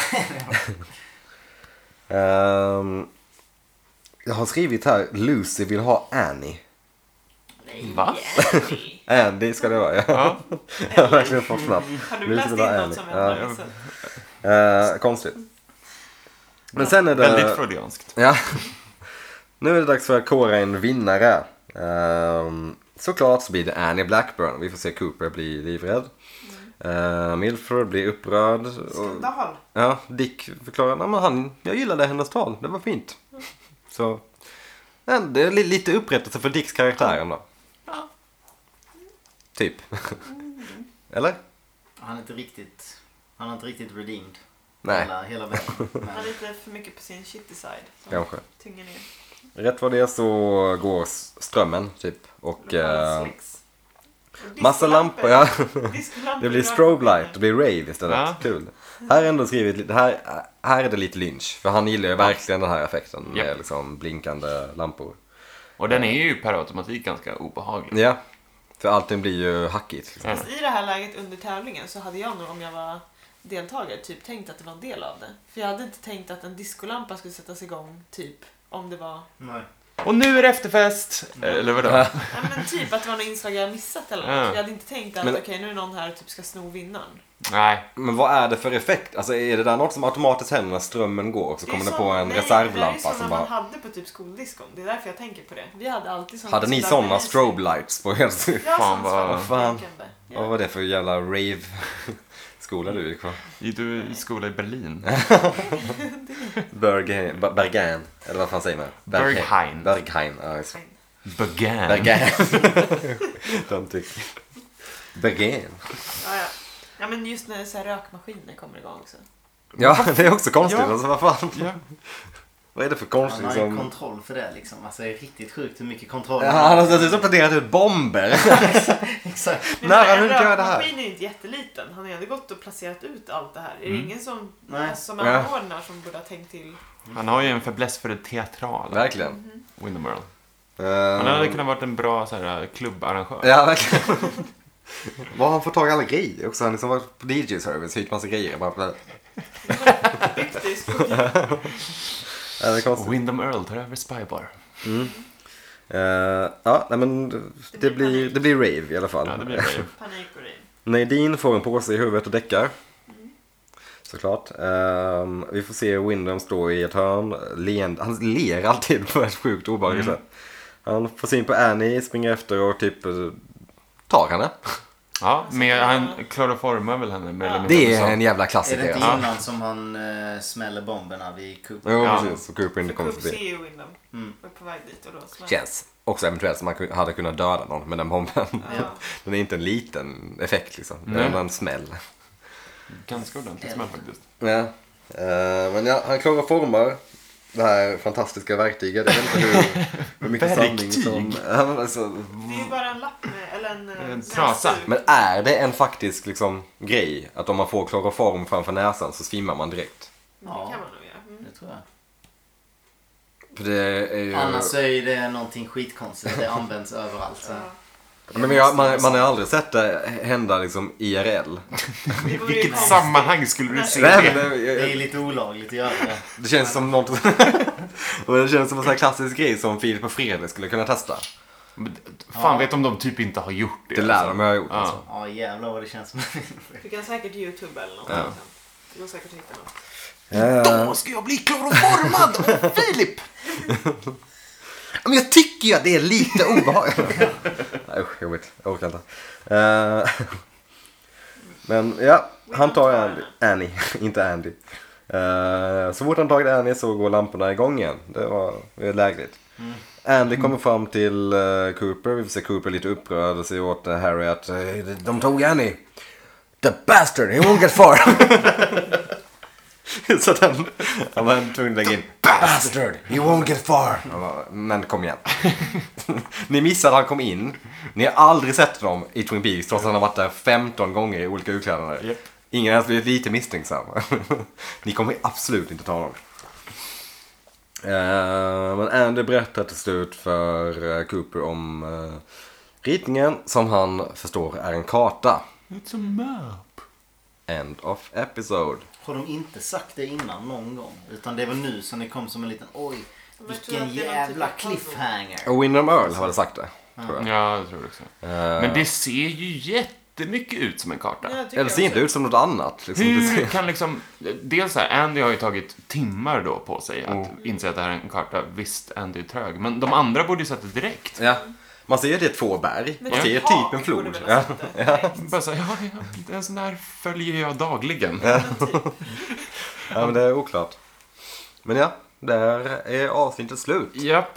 [SPEAKER 4] Jag har skrivit här, Lucy vill ha Annie.
[SPEAKER 1] Va?
[SPEAKER 2] Andy.
[SPEAKER 4] Andy ska det vara, ja.
[SPEAKER 1] Ja.
[SPEAKER 4] Jag har verkligen fått snabbt.
[SPEAKER 2] Har du
[SPEAKER 4] Lucy
[SPEAKER 2] läst in
[SPEAKER 4] vill ha
[SPEAKER 2] något
[SPEAKER 4] Annie.
[SPEAKER 2] som
[SPEAKER 4] Ja.
[SPEAKER 2] jag har sett?
[SPEAKER 4] Konstigt. Men sen är det...
[SPEAKER 1] Väldigt freudianskt.
[SPEAKER 4] Ja. Nu är det dags för att kora en vinnare. Såklart så blir det Annie Blackburn. Vi får se Cooper bli livrädd. Milford blir upprörd.
[SPEAKER 2] Skandal.
[SPEAKER 4] Ja, Dick förklarar att jag gillade hennes tal. Det var fint. Så det är lite upprättelse för Dicks karaktär ändå.
[SPEAKER 2] Ja.
[SPEAKER 4] Typ. Eller?
[SPEAKER 3] Han är inte riktigt redeemed.
[SPEAKER 4] Nej,
[SPEAKER 3] Hela vägen.
[SPEAKER 2] Han är
[SPEAKER 3] Men
[SPEAKER 2] lite för mycket på sin shitty side. Som
[SPEAKER 4] kanske.
[SPEAKER 2] tynger ner.
[SPEAKER 4] Rätt vad det är så går strömmen typ. Och
[SPEAKER 2] Lokal slicks.
[SPEAKER 4] Massa lampor, ja.
[SPEAKER 2] Discolampor,
[SPEAKER 4] Det blir strobe light, det blir rave istället.
[SPEAKER 1] Ja.
[SPEAKER 4] Kul. Här är ändå skrivit, här är det lite Lynch. För han gillar ju verkligen den här effekten med liksom blinkande lampor.
[SPEAKER 1] Och den är ju per automatik ganska obehaglig.
[SPEAKER 4] Ja, för allting blir ju hackigt. Liksom.
[SPEAKER 2] Fast i det här läget under tävlingen så hade jag nog, om jag var deltagare, typ tänkt att det var en del av det. För jag hade inte tänkt att en diskolampa skulle sättas igång, typ, om det var...
[SPEAKER 3] Nej.
[SPEAKER 1] Och nu är det efterfest! Eller vadå?
[SPEAKER 2] Ja, men typ att det var något inslag jag missat eller något.
[SPEAKER 1] Ja.
[SPEAKER 2] Jag hade inte tänkt att
[SPEAKER 4] Men-
[SPEAKER 2] okej, nu är någon här och typ ska sno vinnaren.
[SPEAKER 1] Nej.
[SPEAKER 4] Men vad är det för effekt? Alltså är det där något som automatiskt händer när strömmen går och så kommer det på en reservlampa
[SPEAKER 2] som
[SPEAKER 4] som
[SPEAKER 2] man
[SPEAKER 4] bara...
[SPEAKER 2] hade på typ skoldiskon. Det är därför jag tänker på det. Vi hade alltid såna.
[SPEAKER 4] Hade ni sådana strobe lights på er?
[SPEAKER 2] Ja,
[SPEAKER 1] Fan,
[SPEAKER 2] fan
[SPEAKER 1] vad-
[SPEAKER 4] Vad var det för jävla rave-skola du gick på?
[SPEAKER 1] Gick du i skola i Berlin?
[SPEAKER 4] Bergen, eller vad fan säger man?
[SPEAKER 1] Berghain.
[SPEAKER 4] Berghain, ja just det.
[SPEAKER 1] Began.
[SPEAKER 4] Bergen. De tycker. Bergen.
[SPEAKER 2] Ja, men just när så här rökmaskiner kommer igång också.
[SPEAKER 4] Ja, det är också konstigt.
[SPEAKER 1] Ja.
[SPEAKER 4] Alltså, vad fan?
[SPEAKER 1] Ja.
[SPEAKER 4] Vad är det för
[SPEAKER 3] Han
[SPEAKER 4] konstigt
[SPEAKER 3] har ju
[SPEAKER 4] som...
[SPEAKER 3] kontroll för det liksom. Alltså det är riktigt sjukt hur mycket kontroll
[SPEAKER 4] Ja, han har dessutom planerat ut bomber.
[SPEAKER 3] Exakt.
[SPEAKER 2] Men
[SPEAKER 4] Nej, han
[SPEAKER 2] en
[SPEAKER 4] vill inte göra det här.
[SPEAKER 2] rökmaskin är ju inte jätteliten. Han har ju ändå gått och placerat ut allt det här. Är det ingen som
[SPEAKER 3] Nej.
[SPEAKER 2] som
[SPEAKER 4] Ja.
[SPEAKER 2] anordnar som borde ha tänkt till?
[SPEAKER 1] Han har ju en fäbless för det teatrala.
[SPEAKER 4] Verkligen.
[SPEAKER 1] Windham Earl. Han hade kunnat varit en bra så här, klubbarrangör.
[SPEAKER 4] Ja, verkligen. Var har han fått tag i alla grejer också? Han har liksom varit på DJ-service, hyrt massa grejer. Bara...
[SPEAKER 2] Byggt det i skogen.
[SPEAKER 4] Ja, det är konstigt.
[SPEAKER 1] Windham Earl tar över Spybar.
[SPEAKER 4] Ja, nej, men det blir rave i alla fall.
[SPEAKER 1] Ja, det blir det.
[SPEAKER 2] Panik och riv.
[SPEAKER 4] Nadine får en påse i huvudet och däckar. Såklart. Vi får se Windham stå i ett hörn. Han ler alltid på ett sjukt obehagligt sätt. Han får syn på Annie, springer efter och typ tar henne.
[SPEAKER 1] Ja, men han kloroformar väl henne med eller mindre.
[SPEAKER 4] Det är
[SPEAKER 1] Så.
[SPEAKER 4] en jävla
[SPEAKER 3] Är det
[SPEAKER 4] klassiker.
[SPEAKER 3] inte
[SPEAKER 1] Ja.
[SPEAKER 3] innan som han smäller bomberna vid Cooper?
[SPEAKER 4] Jo,
[SPEAKER 1] Ja.
[SPEAKER 4] precis. Och Cooper inte kommer
[SPEAKER 2] Coop
[SPEAKER 4] förbi.
[SPEAKER 2] ser ju Windham. Och är på väg dit och då smäller.
[SPEAKER 4] Känns också eventuellt som man hade kunnat döda någon med den bomben.
[SPEAKER 2] Ja.
[SPEAKER 4] Den är inte en liten effekt liksom. Det
[SPEAKER 1] Nej.
[SPEAKER 4] är en smäll.
[SPEAKER 1] Ganska ordentligt smäll faktiskt.
[SPEAKER 4] Ja. Men ja, han kloroformar det här fantastiska verktyget. Jag vet inte hur mycket sanning som... Ja, men alltså,
[SPEAKER 2] Det är ju bara en lapp med, eller en
[SPEAKER 1] trasa.
[SPEAKER 2] näsduk.
[SPEAKER 4] men är det en faktisk liksom, grej att om man får kloroform framför näsan så svimmar man direkt?
[SPEAKER 2] Men det kan man nog göra.
[SPEAKER 3] Det tror jag.
[SPEAKER 4] För det är ju...
[SPEAKER 3] Annars så är det någonting skitkonstigt. Det används överallt. Så.
[SPEAKER 4] Men man har aldrig sett det hända liksom IRL.
[SPEAKER 2] Det vore ju
[SPEAKER 1] Vilket
[SPEAKER 2] konstigt.
[SPEAKER 1] sammanhang skulle du se
[SPEAKER 4] Nej,
[SPEAKER 1] det?
[SPEAKER 4] men
[SPEAKER 3] Det är lite olagligt att göra det.
[SPEAKER 4] det känns som något... det känns som en sån här klassisk grej som Filip och Fredrik skulle kunna testa.
[SPEAKER 1] Fan vet om de typ inte har gjort det.
[SPEAKER 4] Det lär
[SPEAKER 1] alltså.
[SPEAKER 4] de ha gjort.
[SPEAKER 1] Ja.
[SPEAKER 4] Alltså.
[SPEAKER 3] Ja jävlar vad det känns som.
[SPEAKER 2] Du kan säkert YouTube eller något.
[SPEAKER 4] Ja.
[SPEAKER 2] Sen. Du går säkert hitta något.
[SPEAKER 1] Då ska jag bli kloroformad av Filip!
[SPEAKER 4] Men jag tycker ju att det är lite obehagligt. Nej usch, jobbigt. Jag orkar inte. Men ja, han tar Annie, inte Andy. Så fort han tagit Annie så går lamporna igång igen. Det är lägligt. Andy kommer fram till Cooper. Vi får se Cooper lite upprörd och säger åt Harry att de tog Annie. The bastard, he won't get far. Så att han var tvungen att lägga in bastard, he won't get far. Men kom igen. Ni missade att han kom in. Ni har aldrig sett dem i Twin Peaks trots att han har varit där 15 gånger i olika utklädnader.
[SPEAKER 1] Yep.
[SPEAKER 4] Ingen har ens blivit lite misstänksam. Ni kommer absolut inte ta honom. Men Andy berättar till slut för Cooper om ritningen som han förstår är en karta.
[SPEAKER 1] It's a map.
[SPEAKER 4] End of episode.
[SPEAKER 3] Har de inte sagt det innan någon gång? Utan det var nu som det kom som en liten oj.
[SPEAKER 2] Men jag tror
[SPEAKER 3] Vilken
[SPEAKER 2] att det var
[SPEAKER 3] jävla
[SPEAKER 2] typ av
[SPEAKER 3] cliffhanger.
[SPEAKER 4] Och Windham Earl har väl sagt det. Tror jag.
[SPEAKER 1] Ja, jag tror det också. Men det ser ju jättemycket ut som en karta.
[SPEAKER 2] Ja, jag tycker
[SPEAKER 4] Eller ser inte
[SPEAKER 2] också.
[SPEAKER 4] ut som något annat. Liksom.
[SPEAKER 1] Hur kan liksom... Dels så här, Andy har ju tagit timmar då på sig att inse att det här är en karta. Visst, Andy är trög. Men de andra borde ju sett det direkt.
[SPEAKER 4] Ja. Man ser att det är 2 berg.
[SPEAKER 2] Men
[SPEAKER 4] Man ser
[SPEAKER 2] tak
[SPEAKER 4] typ en
[SPEAKER 2] borde
[SPEAKER 4] flod.
[SPEAKER 2] väl ha
[SPEAKER 4] Ja.
[SPEAKER 2] sett det direkt.
[SPEAKER 1] Bara så här, ja, en sån där följer jag dagligen.
[SPEAKER 4] Ja, men det är oklart. Men ja, där är avsnittet slut.
[SPEAKER 1] Japp.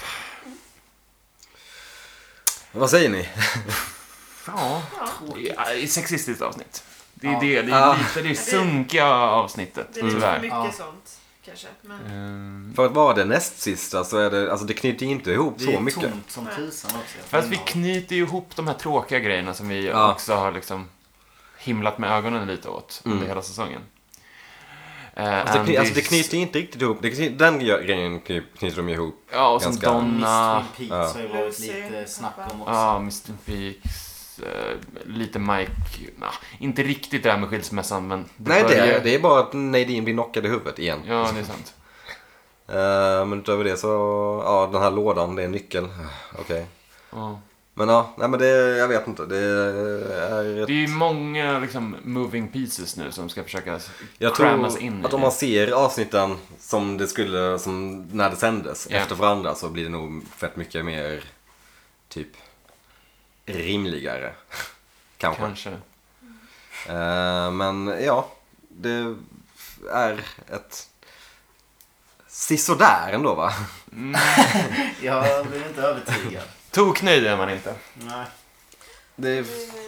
[SPEAKER 4] Vad säger ni?
[SPEAKER 1] Ja, det är ett sexistiskt avsnitt. Det är
[SPEAKER 3] Ja.
[SPEAKER 1] det. Det
[SPEAKER 4] Ja.
[SPEAKER 1] är lite det sunkiga avsnittet,
[SPEAKER 2] Det är lite för
[SPEAKER 1] tyvärr.
[SPEAKER 2] mycket
[SPEAKER 3] Ja.
[SPEAKER 2] sånt. kanske. Men...
[SPEAKER 4] För att vara det näst sista så är det, alltså det knyter inte ihop så mycket.
[SPEAKER 3] Det är tomt som tusan också.
[SPEAKER 1] Fast vi knyter ju ihop de här tråkiga grejerna som vi också har liksom himlat med ögonen lite åt under hela säsongen.
[SPEAKER 4] Alltså det knyter inte riktigt ihop. Den grejen knyter de ihop.
[SPEAKER 1] Ja, och som Donna.
[SPEAKER 3] Miss Twin Peaks har ju varit lite snack om också.
[SPEAKER 1] Ja, Miss Twin Peaks. Lite Mike. Inte riktigt det här med skilsmässan, men...
[SPEAKER 4] Nej, det är bara att Nadine blir knockad i huvudet igen.
[SPEAKER 1] Ja, det är sant.
[SPEAKER 4] Men utöver det så... Ja, den här lådan, det är nyckeln. Okej.
[SPEAKER 1] Ja.
[SPEAKER 4] Men ja, nej men det... Jag vet inte. Det är...
[SPEAKER 1] Det är ju många liksom moving pieces nu som ska försöka
[SPEAKER 4] jag
[SPEAKER 1] crammas
[SPEAKER 4] tror
[SPEAKER 1] in
[SPEAKER 4] att om man ser avsnitten som det skulle... Som när det sändes efter varandra så blir det nog fett mycket mer... Typ... rimligare. Kanske. Men ja, det är ett sisådär ändå, va?
[SPEAKER 3] Jag blir inte övertygad.
[SPEAKER 1] Toknöjd är man inte.
[SPEAKER 3] Nej.
[SPEAKER 4] Det är...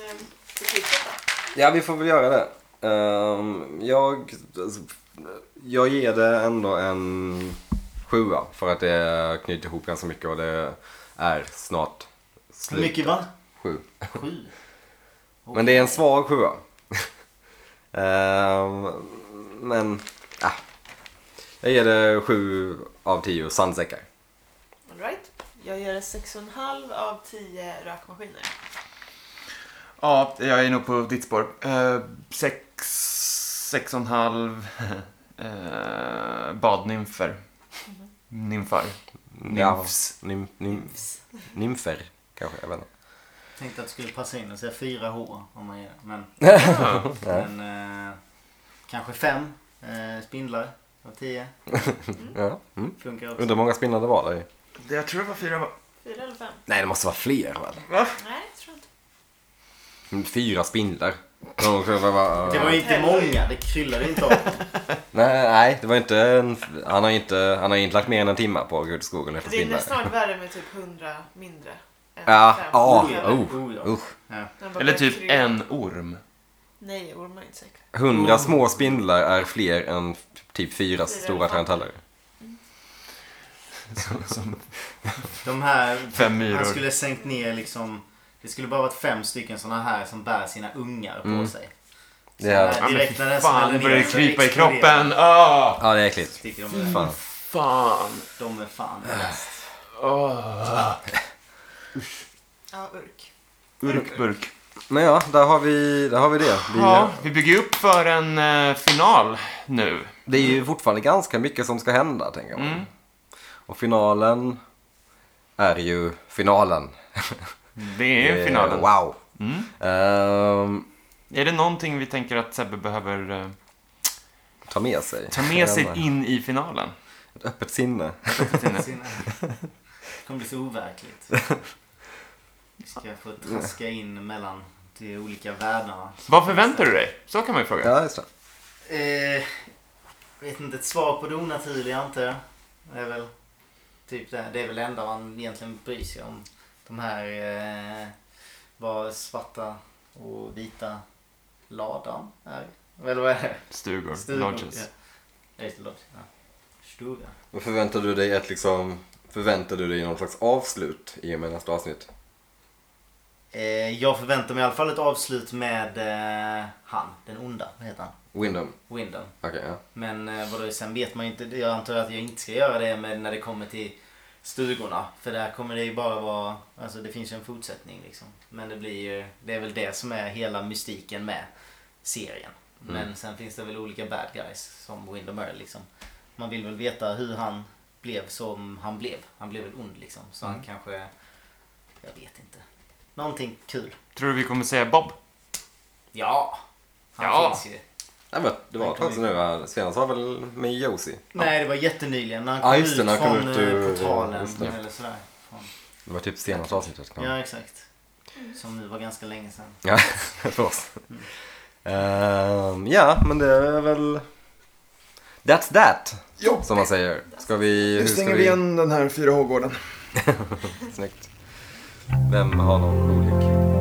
[SPEAKER 4] Ja, vi får väl göra det. Jag ger det ändå en 7 för att det knyter ihop ganska mycket och det är snart slut.
[SPEAKER 3] Hur mycket va?
[SPEAKER 4] 7.
[SPEAKER 3] 7?
[SPEAKER 4] Men det är en svag 7. Men jag ger det 7 av 10 sandsäckar.
[SPEAKER 2] All right. Jag ger det 6,5 av 10 rökmaskiner.
[SPEAKER 1] Ja, jag är nog på ditt spår. 6,5 badnymfer. Nymfar. Nymfs.
[SPEAKER 4] Nymfer, kanske, jag vet inte.
[SPEAKER 3] Tänkte att det skulle passa in och säga 4H om man ger det. Men kanske 5 spindlar av 10.
[SPEAKER 4] Ja.
[SPEAKER 3] Funkar också.
[SPEAKER 4] Undrar hur många spindlar det var där.
[SPEAKER 1] Jag tror det var 4.
[SPEAKER 2] 4 eller 5?
[SPEAKER 4] Nej, det måste vara fler, väl?
[SPEAKER 1] Va?
[SPEAKER 2] Nej, jag tror inte.
[SPEAKER 4] 4 spindlar.
[SPEAKER 3] Det var inte många, det kryllade inte av.
[SPEAKER 4] Nej, det var inte han har inte lagt mer än en timme på Guldskogen efter
[SPEAKER 2] Det är
[SPEAKER 4] spindlar.
[SPEAKER 2] nästan värre med typ 100 mindre.
[SPEAKER 4] Ja,
[SPEAKER 2] 5.
[SPEAKER 1] Eller typ en orm.
[SPEAKER 2] Nej, ormar är inte säkert.
[SPEAKER 4] 100 små spindlar är fler än typ 4 stora taranteller.
[SPEAKER 1] Som
[SPEAKER 3] De här
[SPEAKER 1] 5 myror.
[SPEAKER 3] Han skulle sänkt ner liksom. Det skulle bara varit 5 stycken såna här som bär sina ungar på sig.
[SPEAKER 4] Ja,
[SPEAKER 3] Direkt när den
[SPEAKER 1] fan,
[SPEAKER 3] smäller
[SPEAKER 1] det börjar
[SPEAKER 3] ner så
[SPEAKER 1] krypa i
[SPEAKER 3] exploderar.
[SPEAKER 1] kroppen.
[SPEAKER 4] ja, det är äckligt.
[SPEAKER 3] Sticker de ut.
[SPEAKER 4] Fan.
[SPEAKER 1] Fan.
[SPEAKER 3] De är fan bäst.
[SPEAKER 2] Ja, urk.
[SPEAKER 1] Urkburk.
[SPEAKER 4] Men ja, där har vi det.
[SPEAKER 1] Vi bygger upp för en final nu.
[SPEAKER 4] Det är ju fortfarande ganska mycket som ska hända, tänker man. Och finalen är ju finalen.
[SPEAKER 1] Det är finalen.
[SPEAKER 4] Wow.
[SPEAKER 1] Är det någonting vi tänker att Sebbe behöver
[SPEAKER 4] Ta med sig.
[SPEAKER 1] ta med sig in i finalen?
[SPEAKER 4] Ett öppet sinne.
[SPEAKER 3] Det kommer bli så overkligt. Vi ska få traska in mellan de olika världarna.
[SPEAKER 1] Vad förväntar du dig? Så kan man ju fråga.
[SPEAKER 4] Ja, just det.
[SPEAKER 3] Vet inte, ett svar på det onaturliga antar jag. Det är väl typ det. Det är väl det enda man egentligen bryr sig om. De här vad svarta och vita ladan är. Eller vad är det?
[SPEAKER 1] Stugor.
[SPEAKER 3] Stugor.
[SPEAKER 1] Lodges.
[SPEAKER 3] Ja. Det är lodge. Ja. Stuga.
[SPEAKER 4] Och förväntar du dig någon slags avslut i och med nästa avsnitt?
[SPEAKER 3] Jag förväntar mig i alla fall ett avslut med han, den onda, vad heter han?
[SPEAKER 4] Windom. Okej, ja.
[SPEAKER 3] Men vadå, sen vet man ju inte, jag antar att jag inte ska göra det med när det kommer till stugorna. För där kommer det ju bara vara, alltså det finns ju en fortsättning liksom. Men det blir ju, det är väl det som är hela mystiken med serien. Men sen finns det väl olika bad guys som Windom Earl liksom. Man vill väl veta hur han blev som han blev. Han blev väl ond liksom. Så han kanske, jag vet inte. Någonting kul.
[SPEAKER 1] Tror du vi kommer säga Bob?
[SPEAKER 3] Ja, han finns ju.
[SPEAKER 4] Nej, men det var ett tag sedan nu. Senast var väl med Josie.
[SPEAKER 3] Nej, det var jättenyligen när han kom ut från portalen eller sådär.
[SPEAKER 4] Det var typ senaste avsnittet.
[SPEAKER 3] Ja, exakt. Som nu var ganska länge sedan.
[SPEAKER 4] Ja, för oss. Ja, men det är väl... That's that, som man säger.
[SPEAKER 1] Nu stänger vi igen den här 4H-gården.
[SPEAKER 4] Snyggt. Vem har någon rolig?